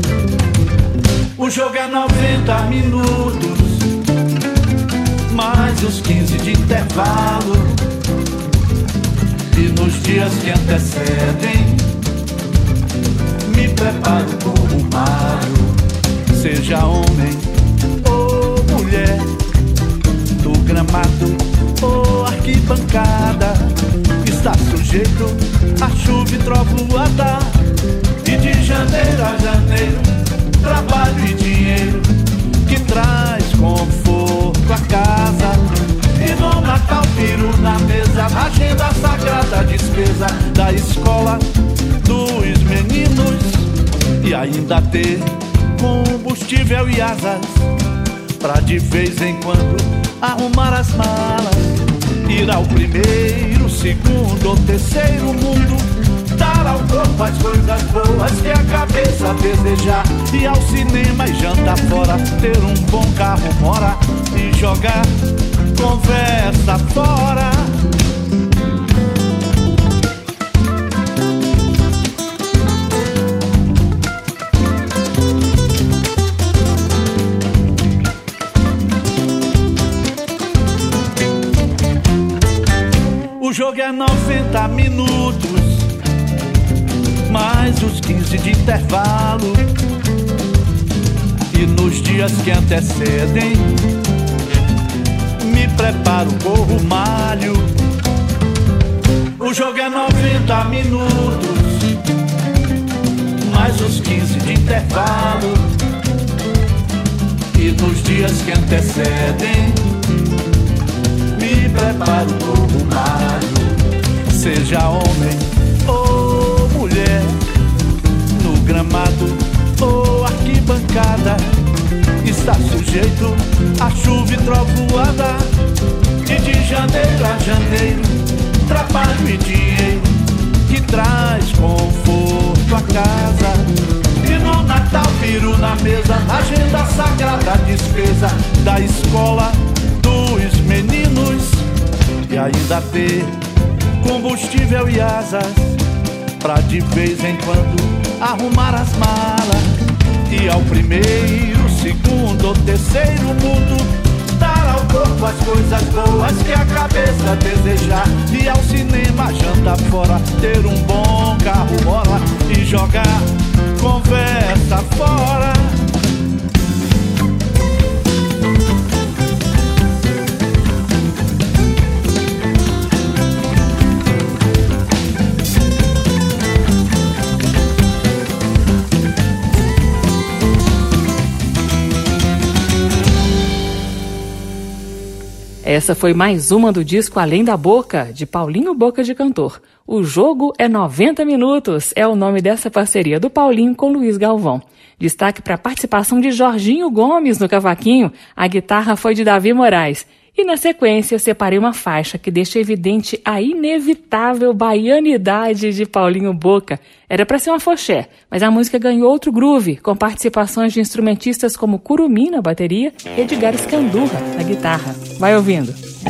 O jogo é 90 minutos, mais os 15 de intervalo. E nos dias que antecedem, me preparo, corro, malho. Seja homem ou mulher, do gramado ou arquibancada, está sujeito a chuva e trovoada. E de janeiro a janeiro, trabalho e dinheiro que traz conforto a casa. E no Natal peru na mesa, na agenda sagrada, despesa da escola dos meninos. E ainda ter combustível e asas pra de vez em quando arrumar as malas, ir ao primeiro, segundo ou terceiro mundo, dar ao corpo as coisas boas que a cabeça desejar, ir ao cinema e jantar fora, ter um bom carro, mora e jogar conversa fora. O jogo é 90 minutos, mais os 15 de intervalo. E nos dias que antecedem, me preparo, corro, malho. O jogo é 90 minutos, mais os 15 de intervalo. E nos dias que antecedem, me preparo, corro, malho. Seja homem ou mulher, no gramado ou arquibancada, está sujeito a chuva e trovoada. E de janeiro a janeiro, trabalho e dinheiro que traz conforto a casa. E no Natal peru na mesa, agenda sagrada, despesa da escola dos meninos. E ainda ter combustível e asas pra de vez em quando arrumar as malas e ao primeiro, segundo ou terceiro mundo dar ao corpo as coisas boas que a cabeça desejar. Ir ao cinema, jantar fora, ter um bom carro bola e jogar conversa fora. Essa foi mais uma do disco Além da Boca, de Paulinho Boca de Cantor. O Jogo é 90 Minutos, é o nome dessa parceria do Paulinho com Luiz Galvão. Destaque para a participação de Jorginho Gomes no cavaquinho, a guitarra foi de Davi Moraes. E na sequência eu separei uma faixa que deixa evidente a inevitável baianidade de Paulinho Boca. Era para ser uma foché, mas a música ganhou outro groove, com participações de instrumentistas como Curumim na bateria e Edgar Escandurra na guitarra. Vai ouvindo.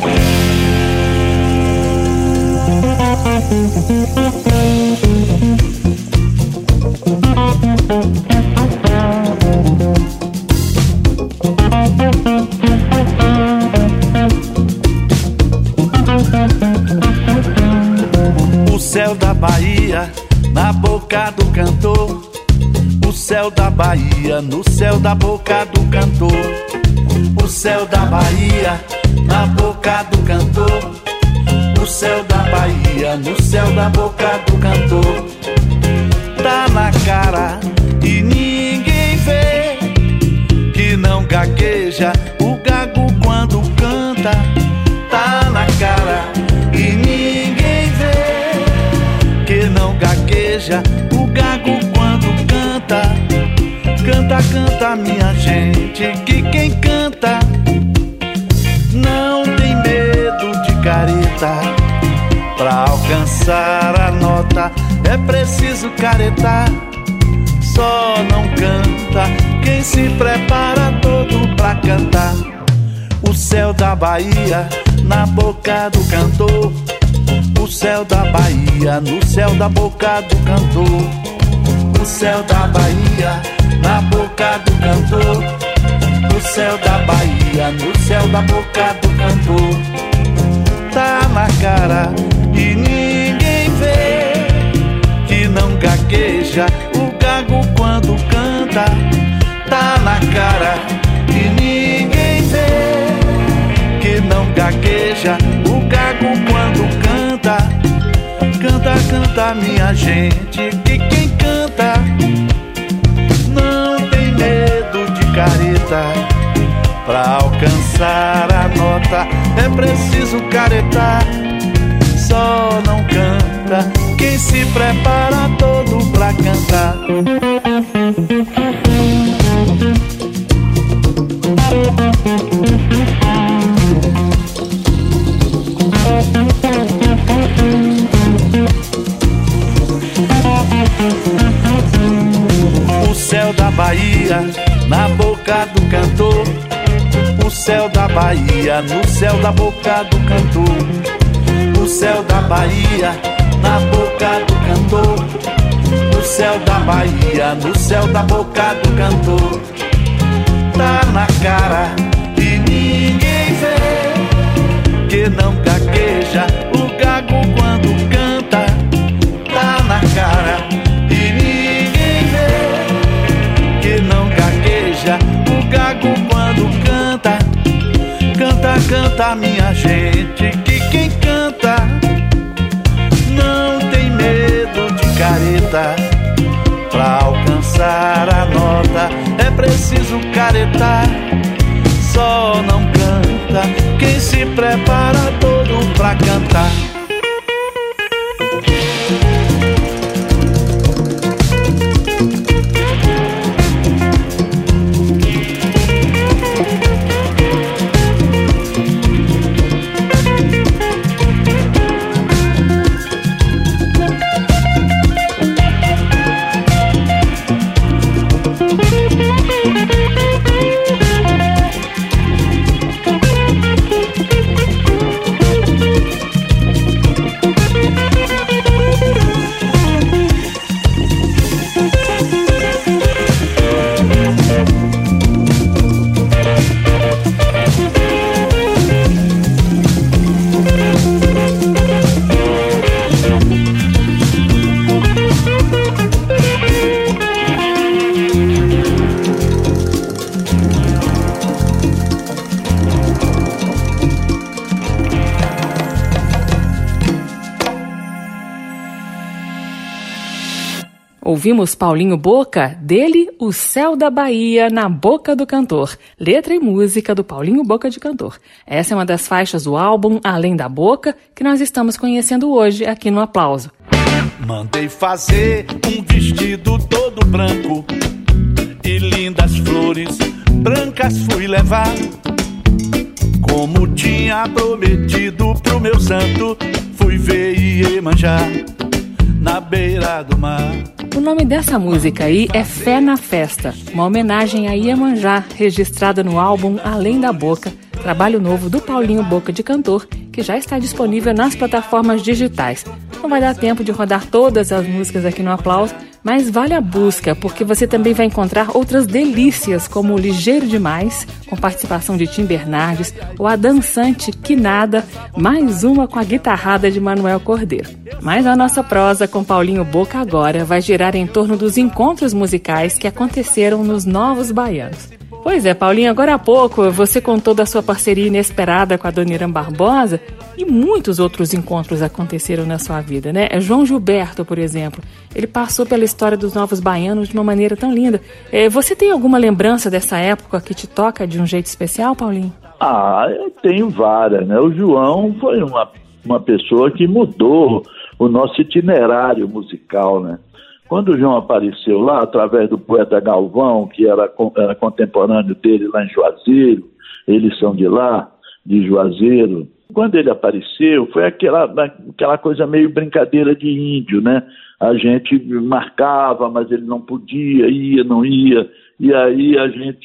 O céu da Bahia, na boca do cantor. O céu da Bahia, no céu da boca do cantor. O céu da Bahia, na boca do cantor. O céu da Bahia, no céu da boca do cantor. Tá na cara e ninguém vê que não gagueja o gago quando canta. Tá na cara e ninguém vê que não gagueja o gago quando canta. Canta, canta, minha gente, que quem canta não tem medo de careta. Pra alcançar a nota é preciso caretar. Só não canta quem se prepara todo pra cantar. O céu da Bahia, na boca do cantor. O céu da Bahia, no céu da boca do cantor. O céu da Bahia, na boca do cantor. O céu da Bahia, no céu da boca do cantor. Tá na cara e ninguém vê que não gagueja o gago quando canta. Tá na cara e ninguém vê que não gagueja o gago quando canta. Canta, canta, minha gente, que quem canta não tem medo de careta. Pra alcançar a nota é preciso caretar. Só não canta quem se prepara todo pra cantar. O céu da Bahia, na boca do cantor. O céu da Bahia, no céu da boca do cantor. O céu da Bahia, na boca do cantor. O céu da Bahia, no céu da boca do cantor. Tá na cara e ninguém vê que não gagueja o gago quando canta. Tá na cara e ninguém vê que não gagueja o gago quando canta. Canta, canta, minha gente, que quem canta não tem medo de careta. Pra alcançar a nota é preciso caretar. Só não canta quem se prepara todo pra cantar. Ouvimos Paulinho Boca, dele O Céu da Bahia na Boca do Cantor, letra e música do Paulinho Boca de Cantor. Essa é uma das faixas do álbum Além da Boca, que nós estamos conhecendo hoje aqui no Aplauso. Mandei fazer um vestido todo branco e lindas flores brancas fui levar, como tinha prometido pro meu santo, fui ver Iemanjá na beira do mar. O nome dessa música aí é Fé na Festa, uma homenagem a Iemanjá, registrada no álbum Além da Boca, trabalho novo do Paulinho Boca de Cantor, que já está disponível nas plataformas digitais. Não vai dar tempo de rodar todas as músicas aqui no Aplauso, mas vale a busca, porque você também vai encontrar outras delícias, como Ligeiro Demais, com participação de Tim Bernardes, ou a dançante Que Nada, mais uma com a guitarrada de Manuel Cordeiro. Mas a nossa prosa com Paulinho Boca agora vai girar em torno dos encontros musicais que aconteceram nos Novos Baianos. Pois é, Paulinho, agora há pouco você contou da sua parceria inesperada com a Dona Irã Barbosa e muitos outros encontros aconteceram na sua vida, né? João Gilberto, por exemplo, ele passou pela história dos Novos Baianos de uma maneira tão linda. Você tem alguma lembrança dessa época que te toca de um jeito especial, Paulinho? Eu tenho várias, né? O João foi uma pessoa que mudou o nosso itinerário musical, né? Quando o João apareceu lá, através do poeta Galvão, que era contemporâneo dele lá em Juazeiro, eles são de lá, de Juazeiro. Quando ele apareceu, foi aquela coisa meio brincadeira de índio, né? A gente marcava, mas ele não podia, ia, não ia. E aí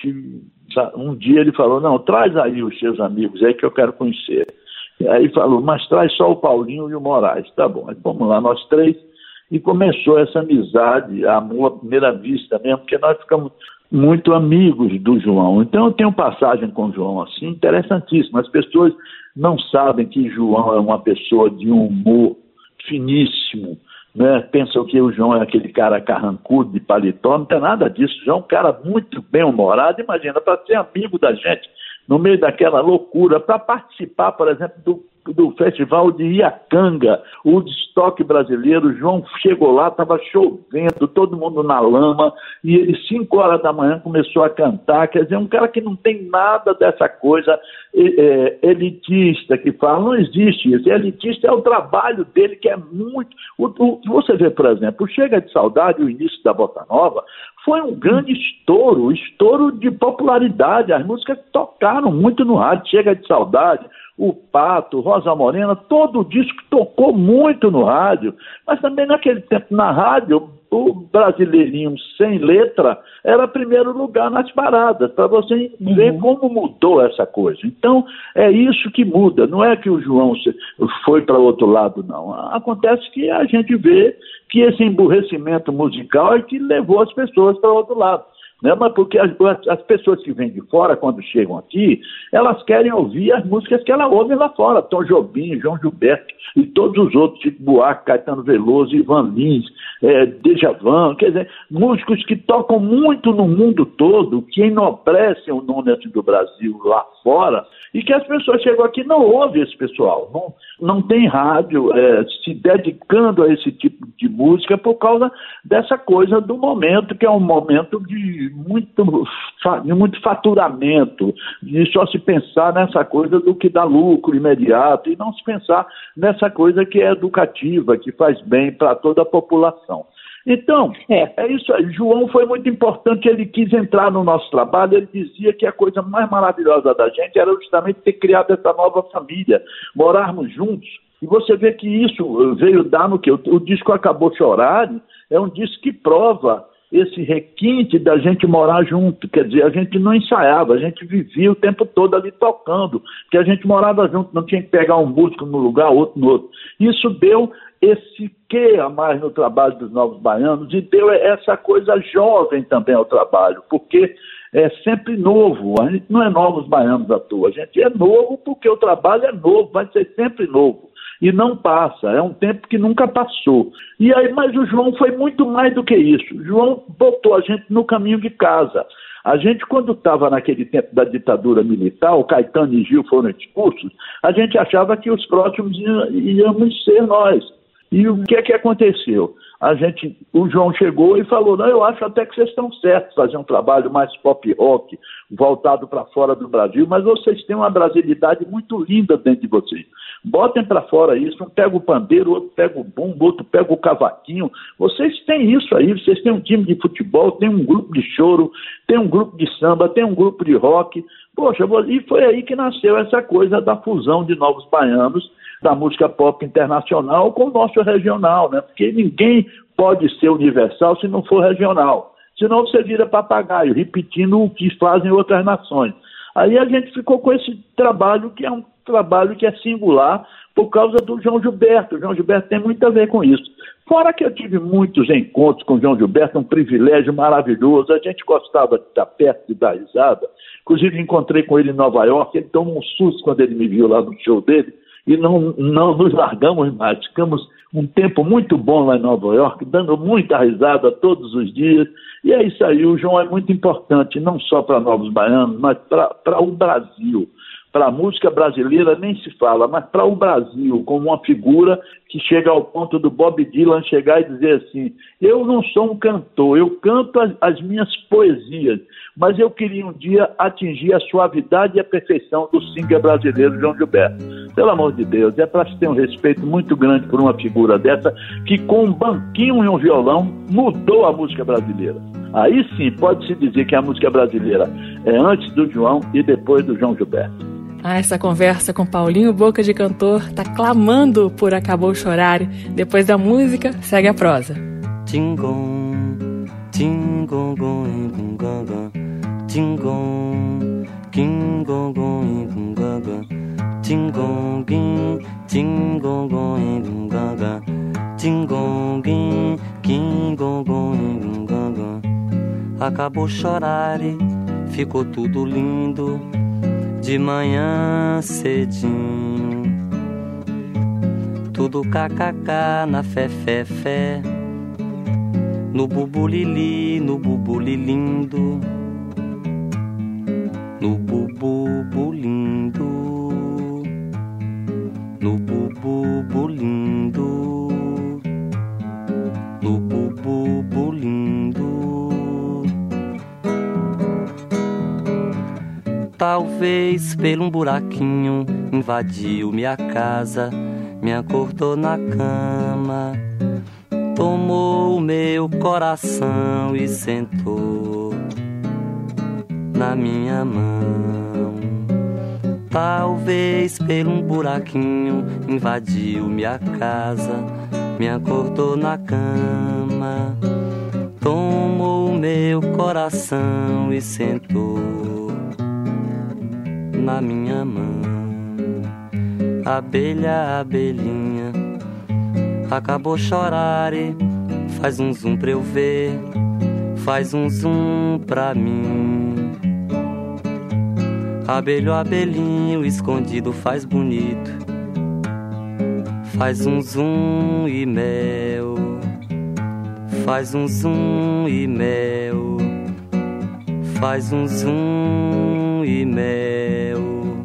um dia ele falou, não, traz aí os seus amigos aí que eu quero conhecer. E aí falou, mas traz só o Paulinho e o Moraes. Tá bom, aí vamos lá, nós três. E começou essa amizade, amor à primeira vista mesmo, porque nós ficamos muito amigos do João. Então eu tenho passagem com o João assim, interessantíssima. As pessoas não sabem que João é uma pessoa de um humor finíssimo, né? Pensam que o João é aquele cara carrancudo de paletó, não tem nada disso. O João é um cara muito bem-humorado, imagina, para ser amigo da gente, no meio daquela loucura, para participar, por exemplo, do Festival de Iacanga, o Woodstock brasileiro. O João chegou lá, estava chovendo, todo mundo na lama, e ele 5 horas da manhã começou a cantar. Quer dizer, um cara que não tem nada dessa coisa elitista que fala, não existe isso. Elitista é o trabalho dele, que é muito... Você vê, por exemplo, o Chega de Saudade, o início da Bossa Nova, foi um grande estouro de popularidade. As músicas tocaram muito no rádio. Chega de Saudade, o Pato, Rosa Morena, todo o disco tocou muito no rádio, mas também naquele tempo na rádio, o Brasileirinho sem letra era primeiro lugar nas paradas, para você ver como mudou essa coisa. Então, é isso que muda, não é que o João foi para outro lado, não. Acontece que a gente vê que esse emburrecimento musical é que levou as pessoas para outro lado. Né? Mas porque as pessoas que vêm de fora, quando chegam aqui, elas querem ouvir as músicas que elas ouvem lá fora. Tom Jobim, João Gilberto e todos os outros, tipo Buarque, Caetano Veloso, Ivan Lins, Djavan, quer dizer, músicos que tocam muito no mundo todo, que enobrecem o nome do Brasil lá fora, e que as pessoas chegam aqui e não ouvem esse pessoal, não tem rádio se dedicando a esse tipo de música por causa dessa coisa do momento, que é um momento de muito faturamento, de só se pensar nessa coisa do que dá lucro imediato e não se pensar nessa coisa que é educativa, que faz bem para toda a população. Então, é isso aí. João foi muito importante, ele quis entrar no nosso trabalho, ele dizia que a coisa mais maravilhosa da gente era justamente ter criado essa nova família, morarmos juntos. E você vê que isso veio dar no quê? O disco Acabou Chorar é um disco que prova esse requinte da gente morar junto, quer dizer, a gente não ensaiava, a gente vivia o tempo todo ali tocando, porque a gente morava junto, não tinha que pegar um músico num lugar, outro no outro. Isso deu esse quê a mais no trabalho dos Novos Baianos e deu essa coisa jovem também ao trabalho, porque é sempre novo, a gente não é Novos Baianos à toa, a gente é novo porque o trabalho é novo, vai ser sempre novo. E não passa, é um tempo que nunca passou. E aí, mas o João foi muito mais do que isso. O João botou a gente no caminho de casa. A gente, quando estava naquele tempo da ditadura militar, o Caetano e Gil foram expulsos, a gente achava que os próximos íamos ser nós. E o que é que aconteceu? o João chegou e falou, não, eu acho até que vocês estão certos, fazer um trabalho mais pop rock, voltado para fora do Brasil, mas vocês têm uma brasilidade muito linda dentro de vocês. Botem para fora isso, um pega o pandeiro, outro pega o bumbo, outro pega o cavaquinho. Vocês têm isso aí, vocês têm um time de futebol, tem um grupo de choro, tem um grupo de samba, tem um grupo de rock. Poxa, e foi aí que nasceu essa coisa da fusão de Novos Baianos, da música pop internacional com o nosso regional, né? Porque ninguém pode ser universal se não for regional. Senão você vira papagaio, repetindo o que fazem outras nações. Aí a gente ficou com esse trabalho, que é um trabalho que é singular, por causa do João Gilberto. O João Gilberto tem muito a ver com isso. Fora que eu tive muitos encontros com o João Gilberto, um privilégio maravilhoso, a gente gostava de estar perto, de dar risada. Inclusive encontrei com ele em Nova York, ele tomou um susto quando ele me viu lá no show dele, e não nos largamos mais. Ficamos um tempo muito bom lá em Nova York, dando muita risada todos os dias. E é isso aí, o João é muito importante, não só para Novos Baianos, mas para o Brasil. Para a música brasileira nem se fala, mas para o Brasil, como uma figura que chega ao ponto do Bob Dylan chegar e dizer assim, eu não sou um cantor, eu canto as minhas poesias, mas eu queria um dia atingir a suavidade e a perfeição do singer brasileiro João Gilberto. Pelo amor de Deus, é para se ter um respeito muito grande por uma figura dessa, que com um banquinho e um violão mudou a música brasileira. Aí sim, pode-se dizer que a música brasileira é antes do João e depois do João Gilberto. Essa conversa com Paulinho Boca de Cantor tá clamando por Acabou Chorar. Depois da música, segue a prosa. Tingom, tingom, gong, gong, tingom, tingom, gong, gong, tingom, tingom, gong, gong, tingom, tingom, gong. Acabou chorar, ficou tudo lindo. De manhã cedinho, tudo kkk na fé, no bubulili, no bubulilindo, no bububulindo, no bububulindo, no bububulindo. Talvez pelo um buraquinho invadiu minha casa, me acordou na cama, tomou o meu coração e sentou na minha mão. Talvez pelo um buraquinho invadiu minha casa, me acordou na cama, tomou o meu coração e sentou na minha mão. Abelha, abelhinha, acabou chorar e faz um zoom pra eu ver, faz um zoom pra mim. Abelho, abelhinho, escondido faz bonito, faz um zoom e mel, faz um zoom e mel, faz um zoom e mel.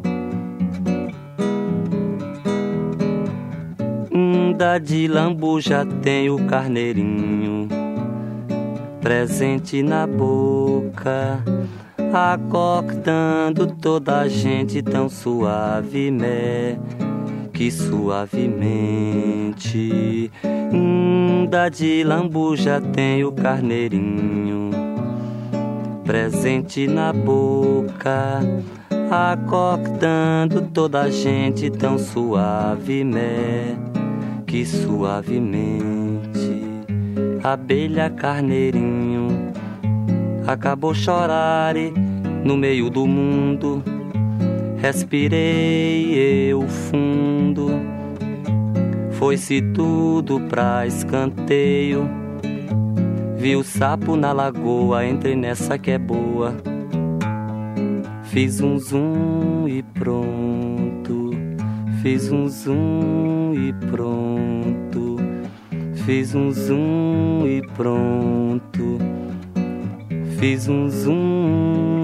De lambuja tem o carneirinho presente na boca, acordando toda a gente tão suavemente, que suavemente. De lambuja tem o carneirinho presente na boca, acordando toda a gente tão suavemente, que suavemente. Abelha, carneirinho, acabou chorar no meio do mundo, respirei eu fundo, foi-se tudo pra escanteio, vi o sapo na lagoa, entrei nessa que é boa, fiz um zoom e pronto, fiz um zoom e pronto, fiz um zoom e pronto, fiz um zoom.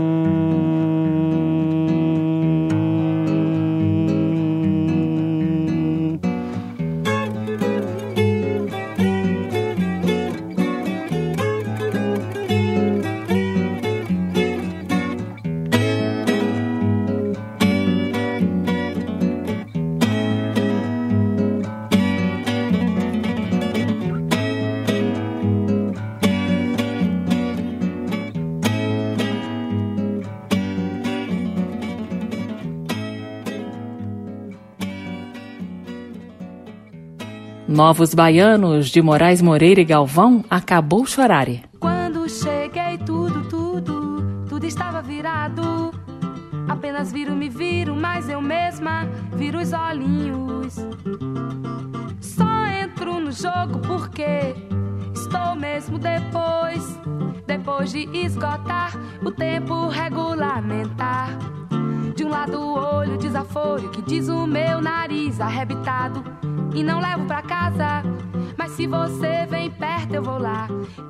Novos Baianos, de Moraes Moreira e Galvão, Acabou Chorare. Quando cheguei tudo estava virado. Apenas me viro, mas eu mesma viro os olhinhos. Só entro no jogo porque estou mesmo depois de esgotar o tempo regulamentar. De um lado o olho desaforo que diz o meu nariz arrebitado e não levo pra casa, mas se você vem perto eu vou lá.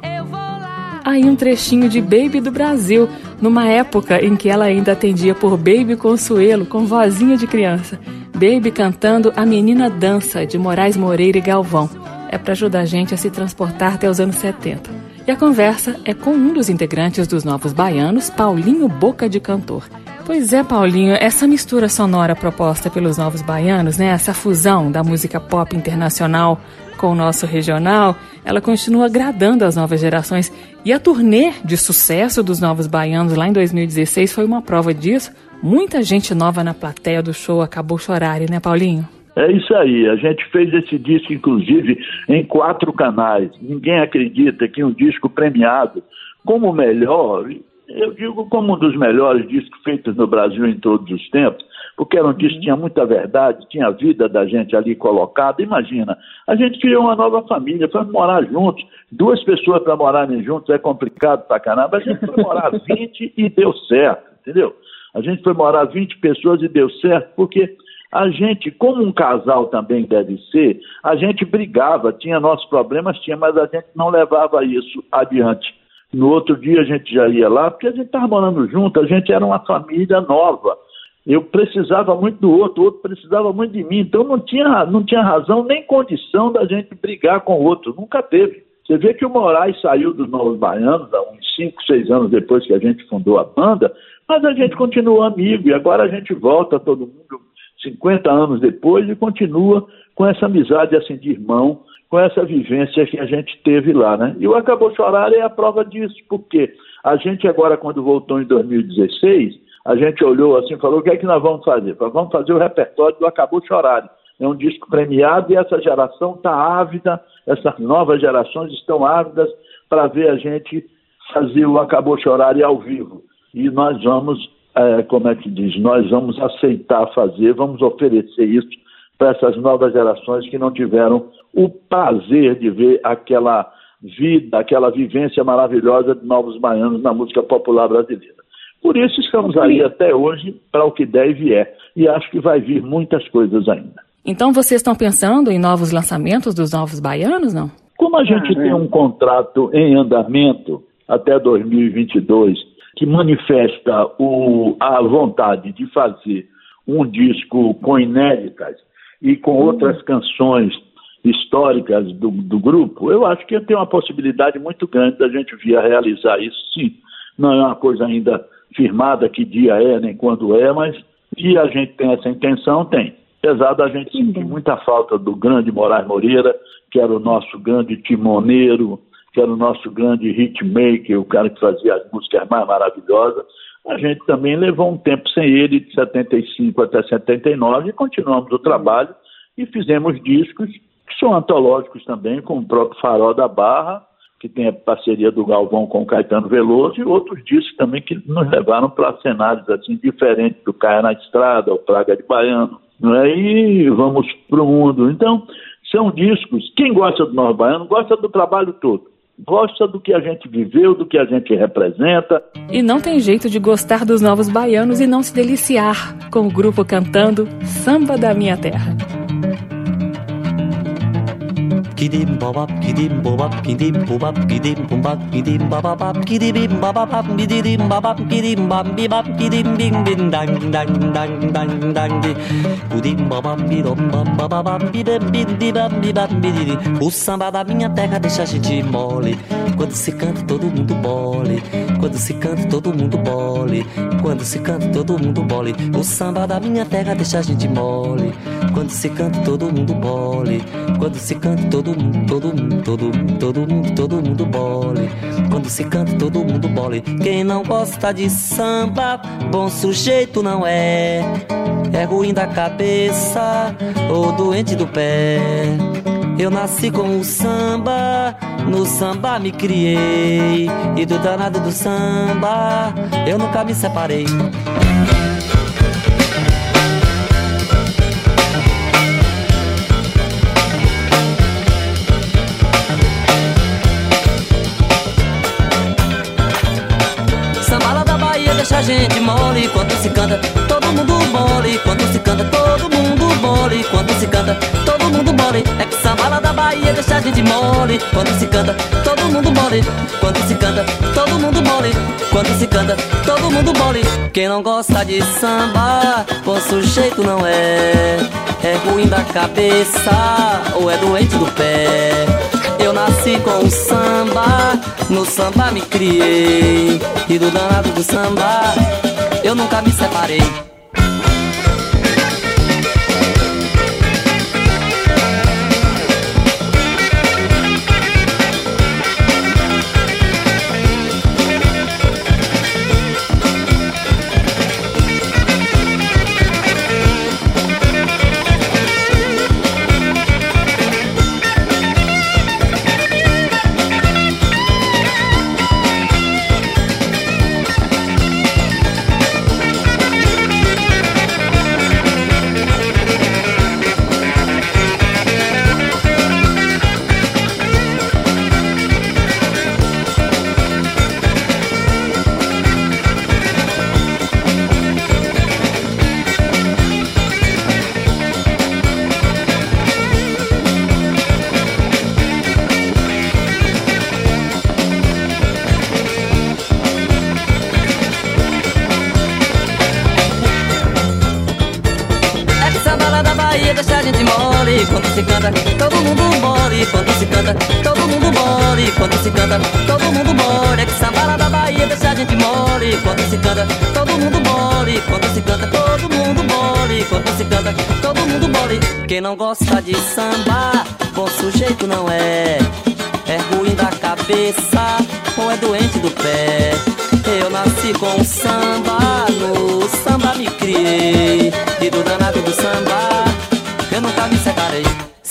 Aí um trechinho de Baby do Brasil, numa época em que ela ainda atendia por Baby Consuelo, com vozinha de criança. Baby cantando A Menina Dança, de Moraes Moreira e Galvão. É para ajudar a gente a se transportar até os anos 70. E a conversa é com um dos integrantes dos Novos Baianos, Paulinho Boca de Cantor. Pois é, Paulinho, essa mistura sonora proposta pelos Novos Baianos, né, essa fusão da música pop internacional com o nosso regional, ela continua agradando as novas gerações. E a turnê de sucesso dos Novos Baianos lá em 2016 foi uma prova disso. Muita gente nova na plateia do show Acabou Chorare, né, Paulinho? É isso aí, a gente fez esse disco, inclusive, em 4 canais. Ninguém acredita que um disco premiado como o melhor, eu digo como um dos melhores discos feitos no Brasil em todos os tempos, porque era um disco que tinha muita verdade, tinha a vida da gente ali colocada. Imagina, a gente criou uma nova família, foi morar juntos, 2 pessoas para morarem juntos é complicado pra caramba, a gente foi morar 20 e deu certo, entendeu? A gente foi morar 20 pessoas e deu certo, porque a gente, como um casal também deve ser, a gente brigava, tinha nossos problemas, mas a gente não levava isso adiante. No outro dia a gente já ia lá, porque a gente estava morando junto, a gente era uma família nova. Eu precisava muito do outro, o outro precisava muito de mim, então não tinha razão nem condição da gente brigar com o outro, nunca teve. Você vê que o Moraes saiu dos Novos Baianos há uns 5, 6 anos depois que a gente fundou a banda, mas a gente continua amigo e agora a gente volta todo mundo 50 anos depois e continua com essa amizade assim de irmão, com essa vivência que a gente teve lá, né? E o Acabou Chorare é a prova disso, porque a gente agora, quando voltou em 2016, a gente olhou assim e falou, o que é que nós vamos fazer? Vamos fazer o repertório do Acabou Chorare. É um disco premiado e essa geração está ávida, essas novas gerações estão ávidas para ver a gente fazer o Acabou Chorare ao vivo. E nós vamos, nós vamos aceitar fazer, vamos oferecer isso para essas novas gerações que não tiveram o prazer de ver aquela vida, aquela vivência maravilhosa de Novos Baianos na música popular brasileira. Por isso estamos aí até hoje para o que der e vier. E acho que vai vir muitas coisas ainda. Então vocês estão pensando em novos lançamentos dos Novos Baianos, não? Como a gente tem um contrato em andamento até 2022, que manifesta a vontade de fazer um disco com inéditas e com outras canções históricas do grupo, eu acho que tem uma possibilidade muito grande da gente vir a realizar isso, sim. Não é uma coisa ainda firmada que dia é, nem quando é, mas se a gente tem essa intenção, tem. Apesar da gente sentir muita falta do grande Moraes Moreira, que era o nosso grande timoneiro, que era o nosso grande hitmaker, o cara que fazia as músicas mais maravilhosas, a gente também levou um tempo sem ele, de 75 até 79, e continuamos o trabalho e fizemos discos que são antológicos também, com o próprio Farol da Barra, que tem a parceria do Galvão com o Caetano Veloso, e outros discos também que nos levaram para cenários assim diferentes, do Caia na Estrada, o Praga de Baiano, não é? E vamos para o mundo. Então, são discos, quem gosta do Novo Baiano gosta do trabalho todo, gosta do que a gente viveu, do que a gente representa. E não tem jeito de gostar dos Novos Baianos e não se deliciar com o grupo cantando Samba da Minha Terra. Kidim bobap kidim bobap kidim bobap kidim bobap kidim babap kidim babap kidim babap kidim bambibap kidim bing bing dang dang dang dang dang kidim babap bidom babap bidem bidibam bibam bidiri. O samba da minha terra deixa a gente mole. Quando se canta todo mundo bole. Quando se canta todo mundo bole. Quando se canta todo mundo bole. O samba da minha terra deixa a gente mole. Quando se canta todo mundo bole. Quando se canta todo mundo bole. Quando se canta todo mundo bole. Quem não gosta de samba, bom sujeito não é. É ruim da cabeça ou doente do pé. Eu nasci com o samba, no samba me criei, e do danado do samba eu nunca me separei. Deixa a gente mole quando se canta, todo mundo mole quando se canta, todo mundo mole quando se canta, todo mundo mole. É que samba lá da Bahia deixa a gente mole quando se canta, todo mundo mole quando se canta, todo mundo mole quando se canta, todo mundo mole. Quem não gosta de samba, bom sujeito não é, é ruim da cabeça ou é doente do pé. Eu nasci com o samba, no samba me criei, e do danado do samba eu nunca me separei. Quando se canta, todo mundo mole. Quando se canta, todo mundo mole. Quando se canta, todo mundo mole. É que samba lá da Bahia deixa a gente mole. Quando se canta, todo mundo mole. Quando se canta, todo mundo mole. Quando se canta, todo mundo mole. Quem não gosta de samba, bom sujeito não é, é ruim da cabeça ou é doente do pé. Eu nasci com o samba, no samba me criei, e do danado do samba eu nunca me separei.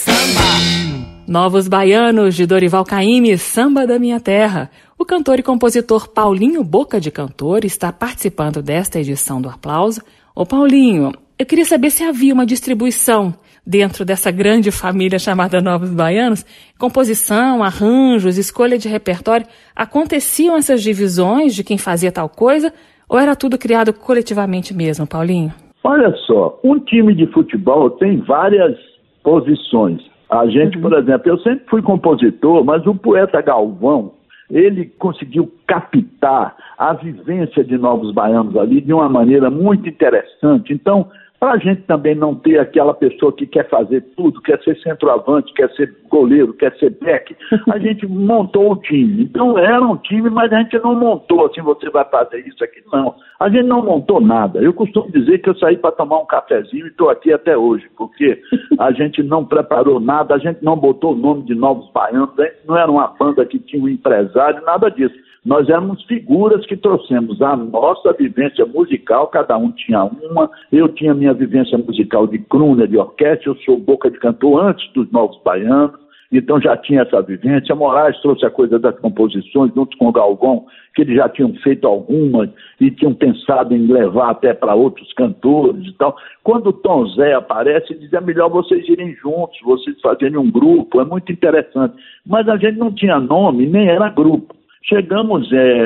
Samba! Novos Baianos, de Dorival Caymmi, Samba da Minha Terra. O cantor e compositor Paulinho Boca de Cantor está participando desta edição do Aplauso. Ô Paulinho, eu queria saber se havia uma distribuição dentro dessa grande família chamada Novos Baianos. Composição, arranjos, escolha de repertório. Aconteciam essas divisões de quem fazia tal coisa ou era tudo criado coletivamente mesmo, Paulinho? Olha só, um time de futebol tem várias posições. A gente, por exemplo, eu sempre fui compositor, mas o poeta Galvão, ele conseguiu captar a vivência de Novos Baianos ali de uma maneira muito interessante. Então, para a gente também não ter aquela pessoa que quer fazer tudo, quer ser centroavante, quer ser goleiro, quer ser back, a gente montou o time. Então era um time, mas a gente não montou assim, você vai fazer isso aqui, não. A gente não montou nada. Eu costumo dizer que eu saí para tomar um cafezinho e estou aqui até hoje, porque a gente não preparou nada, a gente não botou o nome de Novos Baianos, a gente não era uma banda que tinha um empresário, nada disso. Nós éramos figuras que trouxemos a nossa vivência musical, cada um tinha uma. Eu tinha minha vivência musical de crooner, de orquestra, eu sou Boca de Cantor antes dos Novos Baianos, então já tinha essa vivência. Moraes trouxe a coisa das composições, junto com o Galvão, que eles já tinham feito algumas e tinham pensado em levar até para outros cantores e tal. Quando o Tom Zé aparece, ele diz, é melhor vocês irem juntos, vocês fazerem um grupo, é muito interessante. Mas a gente não tinha nome, nem era grupo. Chegamos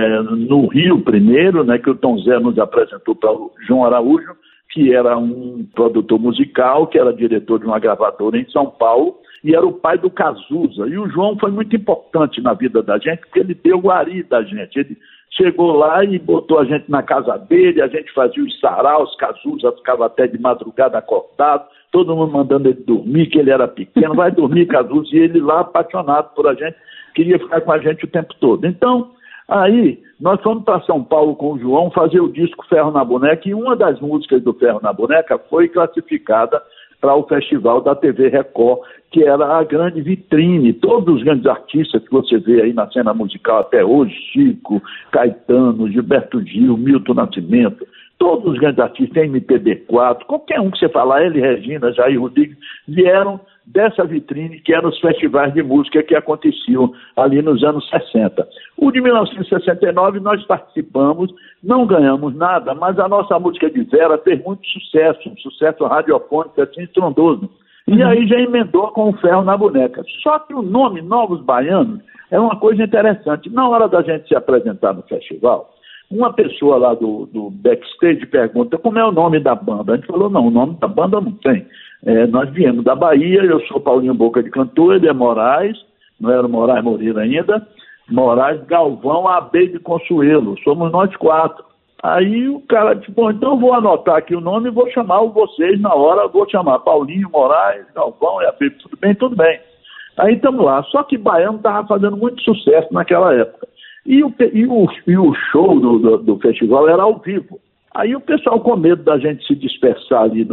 no Rio primeiro, né, que o Tom Zé nos apresentou para o João Araújo, que era um produtor musical, que era diretor de uma gravadora em São Paulo, e era o pai do Cazuza. E o João foi muito importante na vida da gente, porque ele deu o ari da gente. Ele chegou lá e botou a gente na casa dele, a gente fazia os saraus, Cazuza ficava até de madrugada acordado, todo mundo mandando ele dormir, que ele era pequeno, vai dormir, Cazuza, e ele lá apaixonado por a gente, queria ficar com a gente o tempo todo. Então, aí, nós fomos para São Paulo com o João fazer o disco Ferro na Boneca, e uma das músicas do Ferro na Boneca foi classificada para o festival da TV Record, que era a grande vitrine. Todos os grandes artistas que você vê aí na cena musical até hoje, Chico, Caetano, Gilberto Gil, Milton Nascimento, todos os grandes artistas, MPB4, qualquer um que você falar, ele, Regina, Jair Rodrigues, vieram dessa vitrine que eram os festivais de música que aconteciam ali nos anos 60. O de 1969 nós participamos, não ganhamos nada, mas a nossa música de Vera fez muito sucesso, um sucesso radiofônico assim estrondoso. E aí já emendou com o ferro na boneca. Só que o nome Novos Baianos é uma coisa interessante. Na hora da gente se apresentar no festival, uma pessoa lá do backstage pergunta como é o nome da banda. A gente falou, não, o nome da banda não tem. Nós viemos da Bahia, eu sou Paulinho Boca de Cantor, ele é Moraes, não era Moraes Moreira ainda, Moraes Galvão AB de Consuelo, somos nós 4. Aí o cara disse, bom, então eu vou anotar aqui o nome e vou chamar vocês na hora, vou chamar Paulinho, Moraes, Galvão e AB, tudo bem. Aí estamos lá, só que Baiano estava fazendo muito sucesso naquela época. E o show do festival era ao vivo. Aí o pessoal, com medo da gente se dispersar ali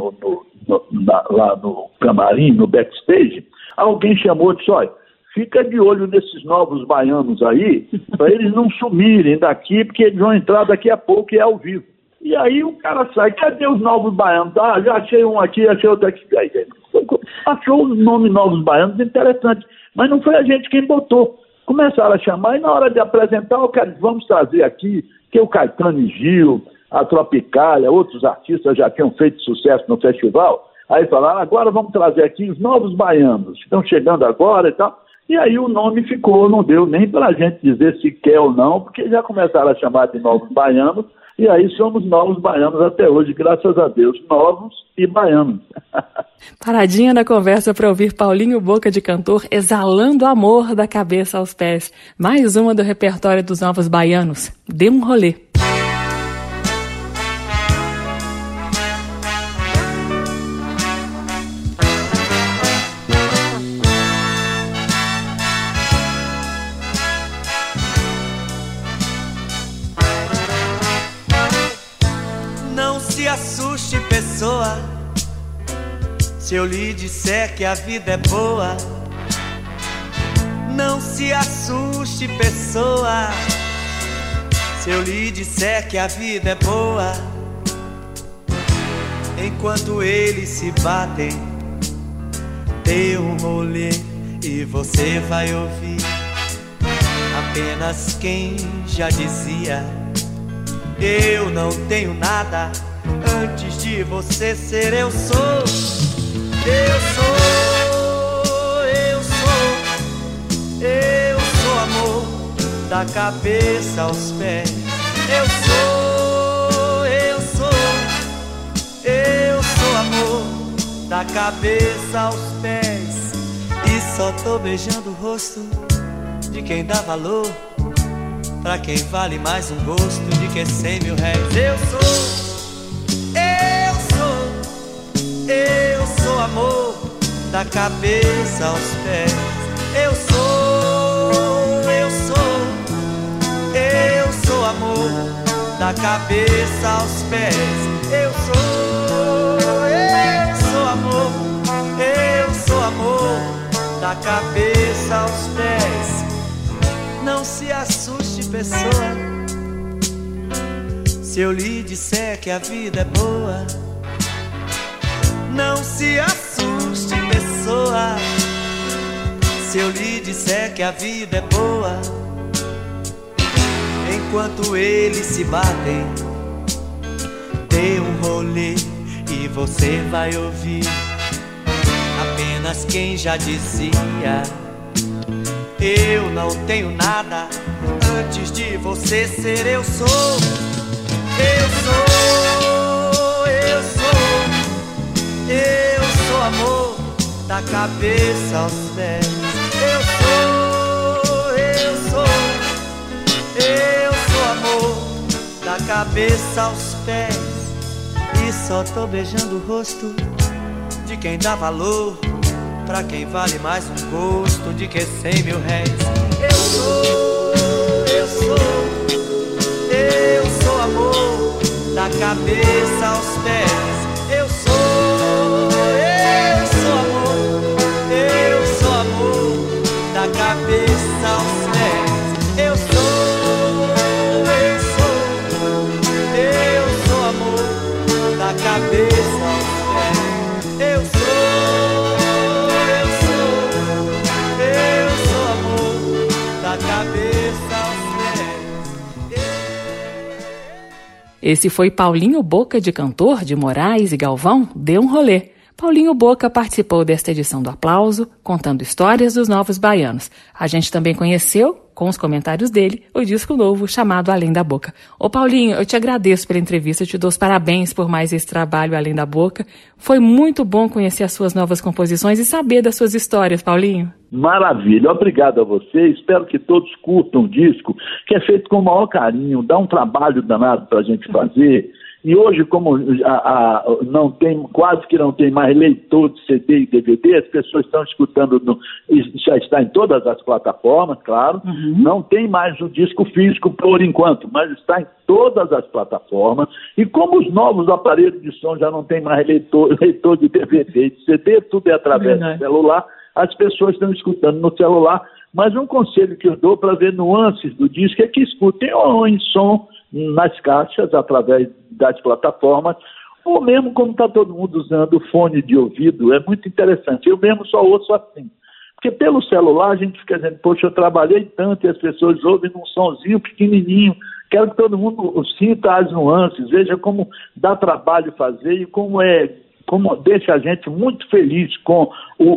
lá no camarim, no backstage, alguém chamou e disse, olha, fica de olho nesses novos baianos aí, para eles não sumirem daqui, porque eles vão entrar daqui a pouco e é ao vivo. E aí o cara sai, cadê os novos baianos? Ah, já achei um aqui, achei outro aqui. Aí, achou o nome Novos Baianos interessante, mas não foi a gente quem botou. Começaram a chamar e na hora de apresentar, eu quero, vamos trazer aqui, que o Caetano e Gil, a Tropicália, outros artistas já tinham feito sucesso no festival. Aí falaram, agora vamos trazer aqui os Novos Baianos, estão chegando agora e tal. E aí o nome ficou, não deu nem para a gente dizer se quer ou não, porque já começaram a chamar de Novos Baianos, e aí somos Novos Baianos até hoje, graças a Deus, novos e baianos. Paradinha na conversa para ouvir Paulinho Boca de Cantor exalando amor da cabeça aos pés. Mais uma do repertório dos Novos Baianos. Dê um rolê. Não se assuste, pessoa, se eu lhe disser que a vida é boa. Não se assuste, pessoa, se eu lhe disser que a vida é boa. Enquanto eles se batem, dê um rolê e você vai ouvir apenas quem já dizia: eu não tenho nada, antes de você ser eu sou. Eu sou amor, da cabeça aos pés. Eu sou amor, da cabeça aos pés. E só tô beijando o rosto de quem dá valor, pra quem vale mais um gosto de que 100 mil réis. Eu sou amor, da cabeça aos pés. Eu sou amor, da cabeça aos pés. Eu sou amor, da cabeça aos pés. Não se assuste, pessoa, se eu lhe disser que a vida é boa. Não se assuste, pessoa, se eu lhe disser que a vida é boa. Enquanto eles se batem, dê um rolê e você vai ouvir apenas quem já dizia: eu não tenho nada, antes de você ser eu sou. Eu sou amor, da cabeça aos pés. Eu sou amor, da cabeça aos pés. E só tô beijando o rosto de quem dá valor, pra quem vale mais um gosto de que 100 mil réis. Eu sou amor, da cabeça aos pés. Eu sou amor, da cabeça aos pés. Eu sou amor, da cabeça aos pés. Eu sou Esse foi Paulinho Boca de Cantor, de Moraes e Galvão, Dê um Rolê. Paulinho Boca participou desta edição do Aplauso, contando histórias dos novos baianos. A gente também conheceu, com os comentários dele, o disco novo chamado Além da Boca. Ô Paulinho, eu te agradeço pela entrevista, eu te dou os parabéns por mais esse trabalho Além da Boca. Foi muito bom conhecer as suas novas composições e saber das suas histórias, Paulinho. Maravilha, obrigado a você, espero que todos curtam o disco, que é feito com o maior carinho, dá um trabalho danado pra gente fazer. E hoje, como não tem, quase que não tem mais leitor de CD e DVD, as pessoas estão escutando, já está em todas as plataformas, claro, não tem mais o disco físico por enquanto, mas está em todas as plataformas, e como os novos aparelhos de som já não tem mais leitor de DVD e de CD, tudo é através do celular, as pessoas estão escutando no celular, mas um conselho que eu dou para ver nuances do disco é que escutem ou em som nas caixas, através das plataformas, ou mesmo como está todo mundo usando fone de ouvido, é muito interessante. Eu mesmo só ouço assim. Porque pelo celular a gente fica dizendo, poxa, eu trabalhei tanto e as pessoas ouvem num sonzinho pequenininho. Quero que todo mundo sinta as nuances, veja como dá trabalho fazer e como deixa a gente muito feliz com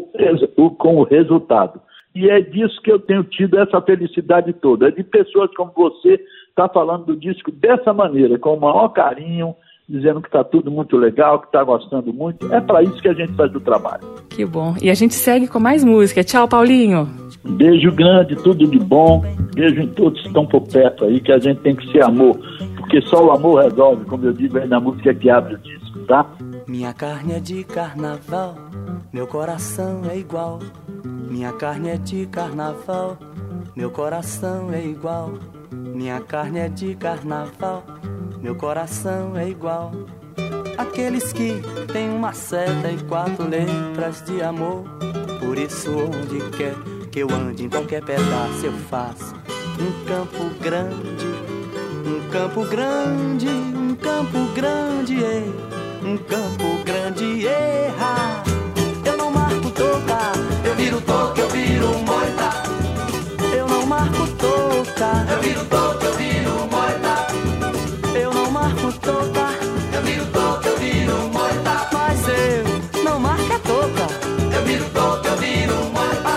o resultado. E é disso que eu tenho tido essa felicidade toda, é de pessoas como você estar falando do disco dessa maneira, com o maior carinho, dizendo que está tudo muito legal, que está gostando muito. É para isso que a gente faz o trabalho. Que bom. E a gente segue com mais música. Tchau, Paulinho. Beijo grande, tudo de bom. Beijo em todos que estão por perto aí, que a gente tem que ser amor, porque só o amor resolve, como eu digo aí na música que abre o disco, tá? Minha carne é de carnaval, meu coração é igual. Minha carne é de carnaval, meu coração é igual. Minha carne é de carnaval, meu coração é igual. Aqueles que têm uma seta e 4 letras de amor. Por isso onde quer que eu ande, em qualquer pedaço eu faço um campo grande, um campo grande, um campo grande, um campo grande, erra. Eu não marco toca, eu viro toca, eu viro moita. Eu não marco toca, eu viro toca, eu viro moita. Eu não marco toca, eu viro toca, eu viro moita. Mas eu não marco a toca, eu viro toca, eu viro moita.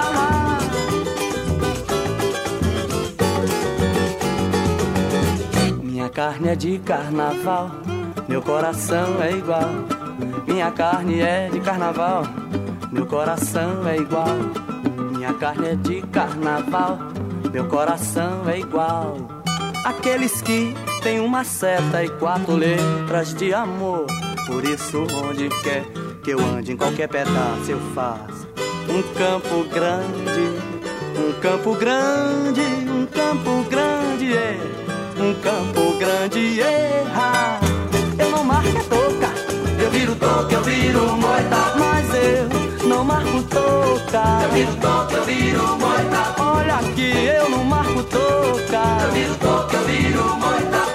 Minha carne é de carnaval, meu coração é igual. Minha carne é de carnaval, meu coração é igual. Minha carne é de carnaval, meu coração é igual. Aqueles que têm uma seta e 4 letras de amor. Por isso onde quer que eu ande, em qualquer pedaço eu faço um campo grande, um campo grande, um campo grande, um campo grande, erra. Eu não marco a toca, eu viro toca, eu viro moita. Mas eu não marco toca, eu viro toca, eu viro moita. Olha aqui, eu não marco toca, eu viro toca, eu viro moita.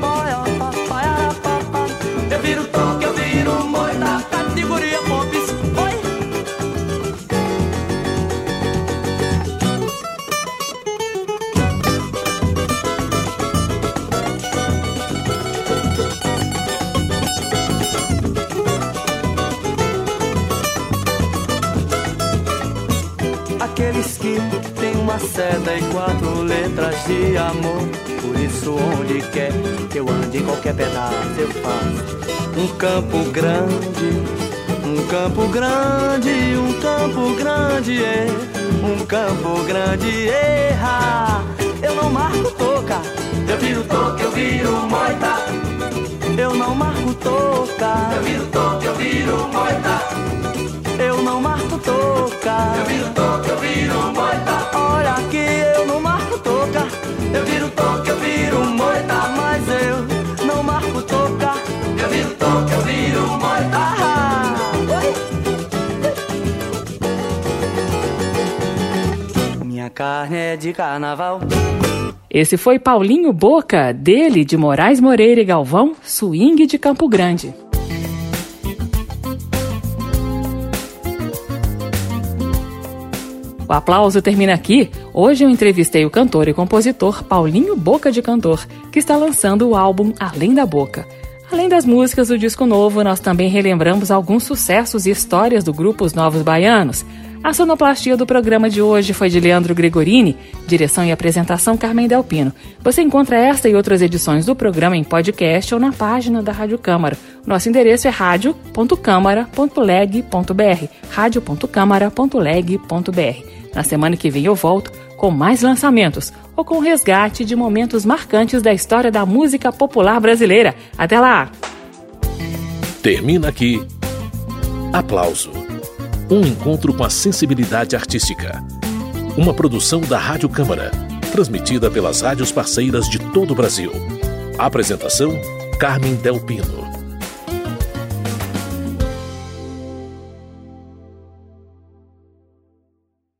Eu viro toca, eu viro moita. Categoria Pops, oi. Aqueles que têm uma seta e 4 letras de amor. Por isso onde quer que eu ande, em qualquer pedaço eu faço um campo grande, um campo grande, um campo grande, um campo grande, erra. Eu não marco toca, eu viro toca, eu viro moita. Eu não marco toca, eu viro toca, eu viro moita. Eu não marco toca, eu viro toca, eu viro moita. Olha aqui, eu não marco toca, eu viro toca, eu viro moita. Mas eu não marco toca, eu viro toca, eu viro moita. Minha carne é de carnaval. Esse foi Paulinho Boca, dele, de Moraes Moreira e Galvão, Swing de Campo Grande. O aplauso termina aqui. Hoje eu entrevistei o cantor e compositor Paulinho Boca de Cantor, que está lançando o álbum Além da Boca. Além das músicas do disco novo, nós também relembramos alguns sucessos e histórias do grupo Os Novos Baianos. A sonoplastia do programa de hoje foi de Leandro Gregorini, direção e apresentação Carmen Del Pino. Você encontra esta e outras edições do programa em podcast ou na página da Rádio Câmara. Nosso endereço é radio.câmara.leg.br, radio.câmara.leg.br. Na semana que vem eu volto com mais lançamentos ou com resgate de momentos marcantes da história da música popular brasileira. Até lá! Termina aqui Aplauso. Um encontro com a sensibilidade artística. Uma produção da Rádio Câmara, transmitida pelas rádios parceiras de todo o Brasil. Apresentação: Carmen Del Pino.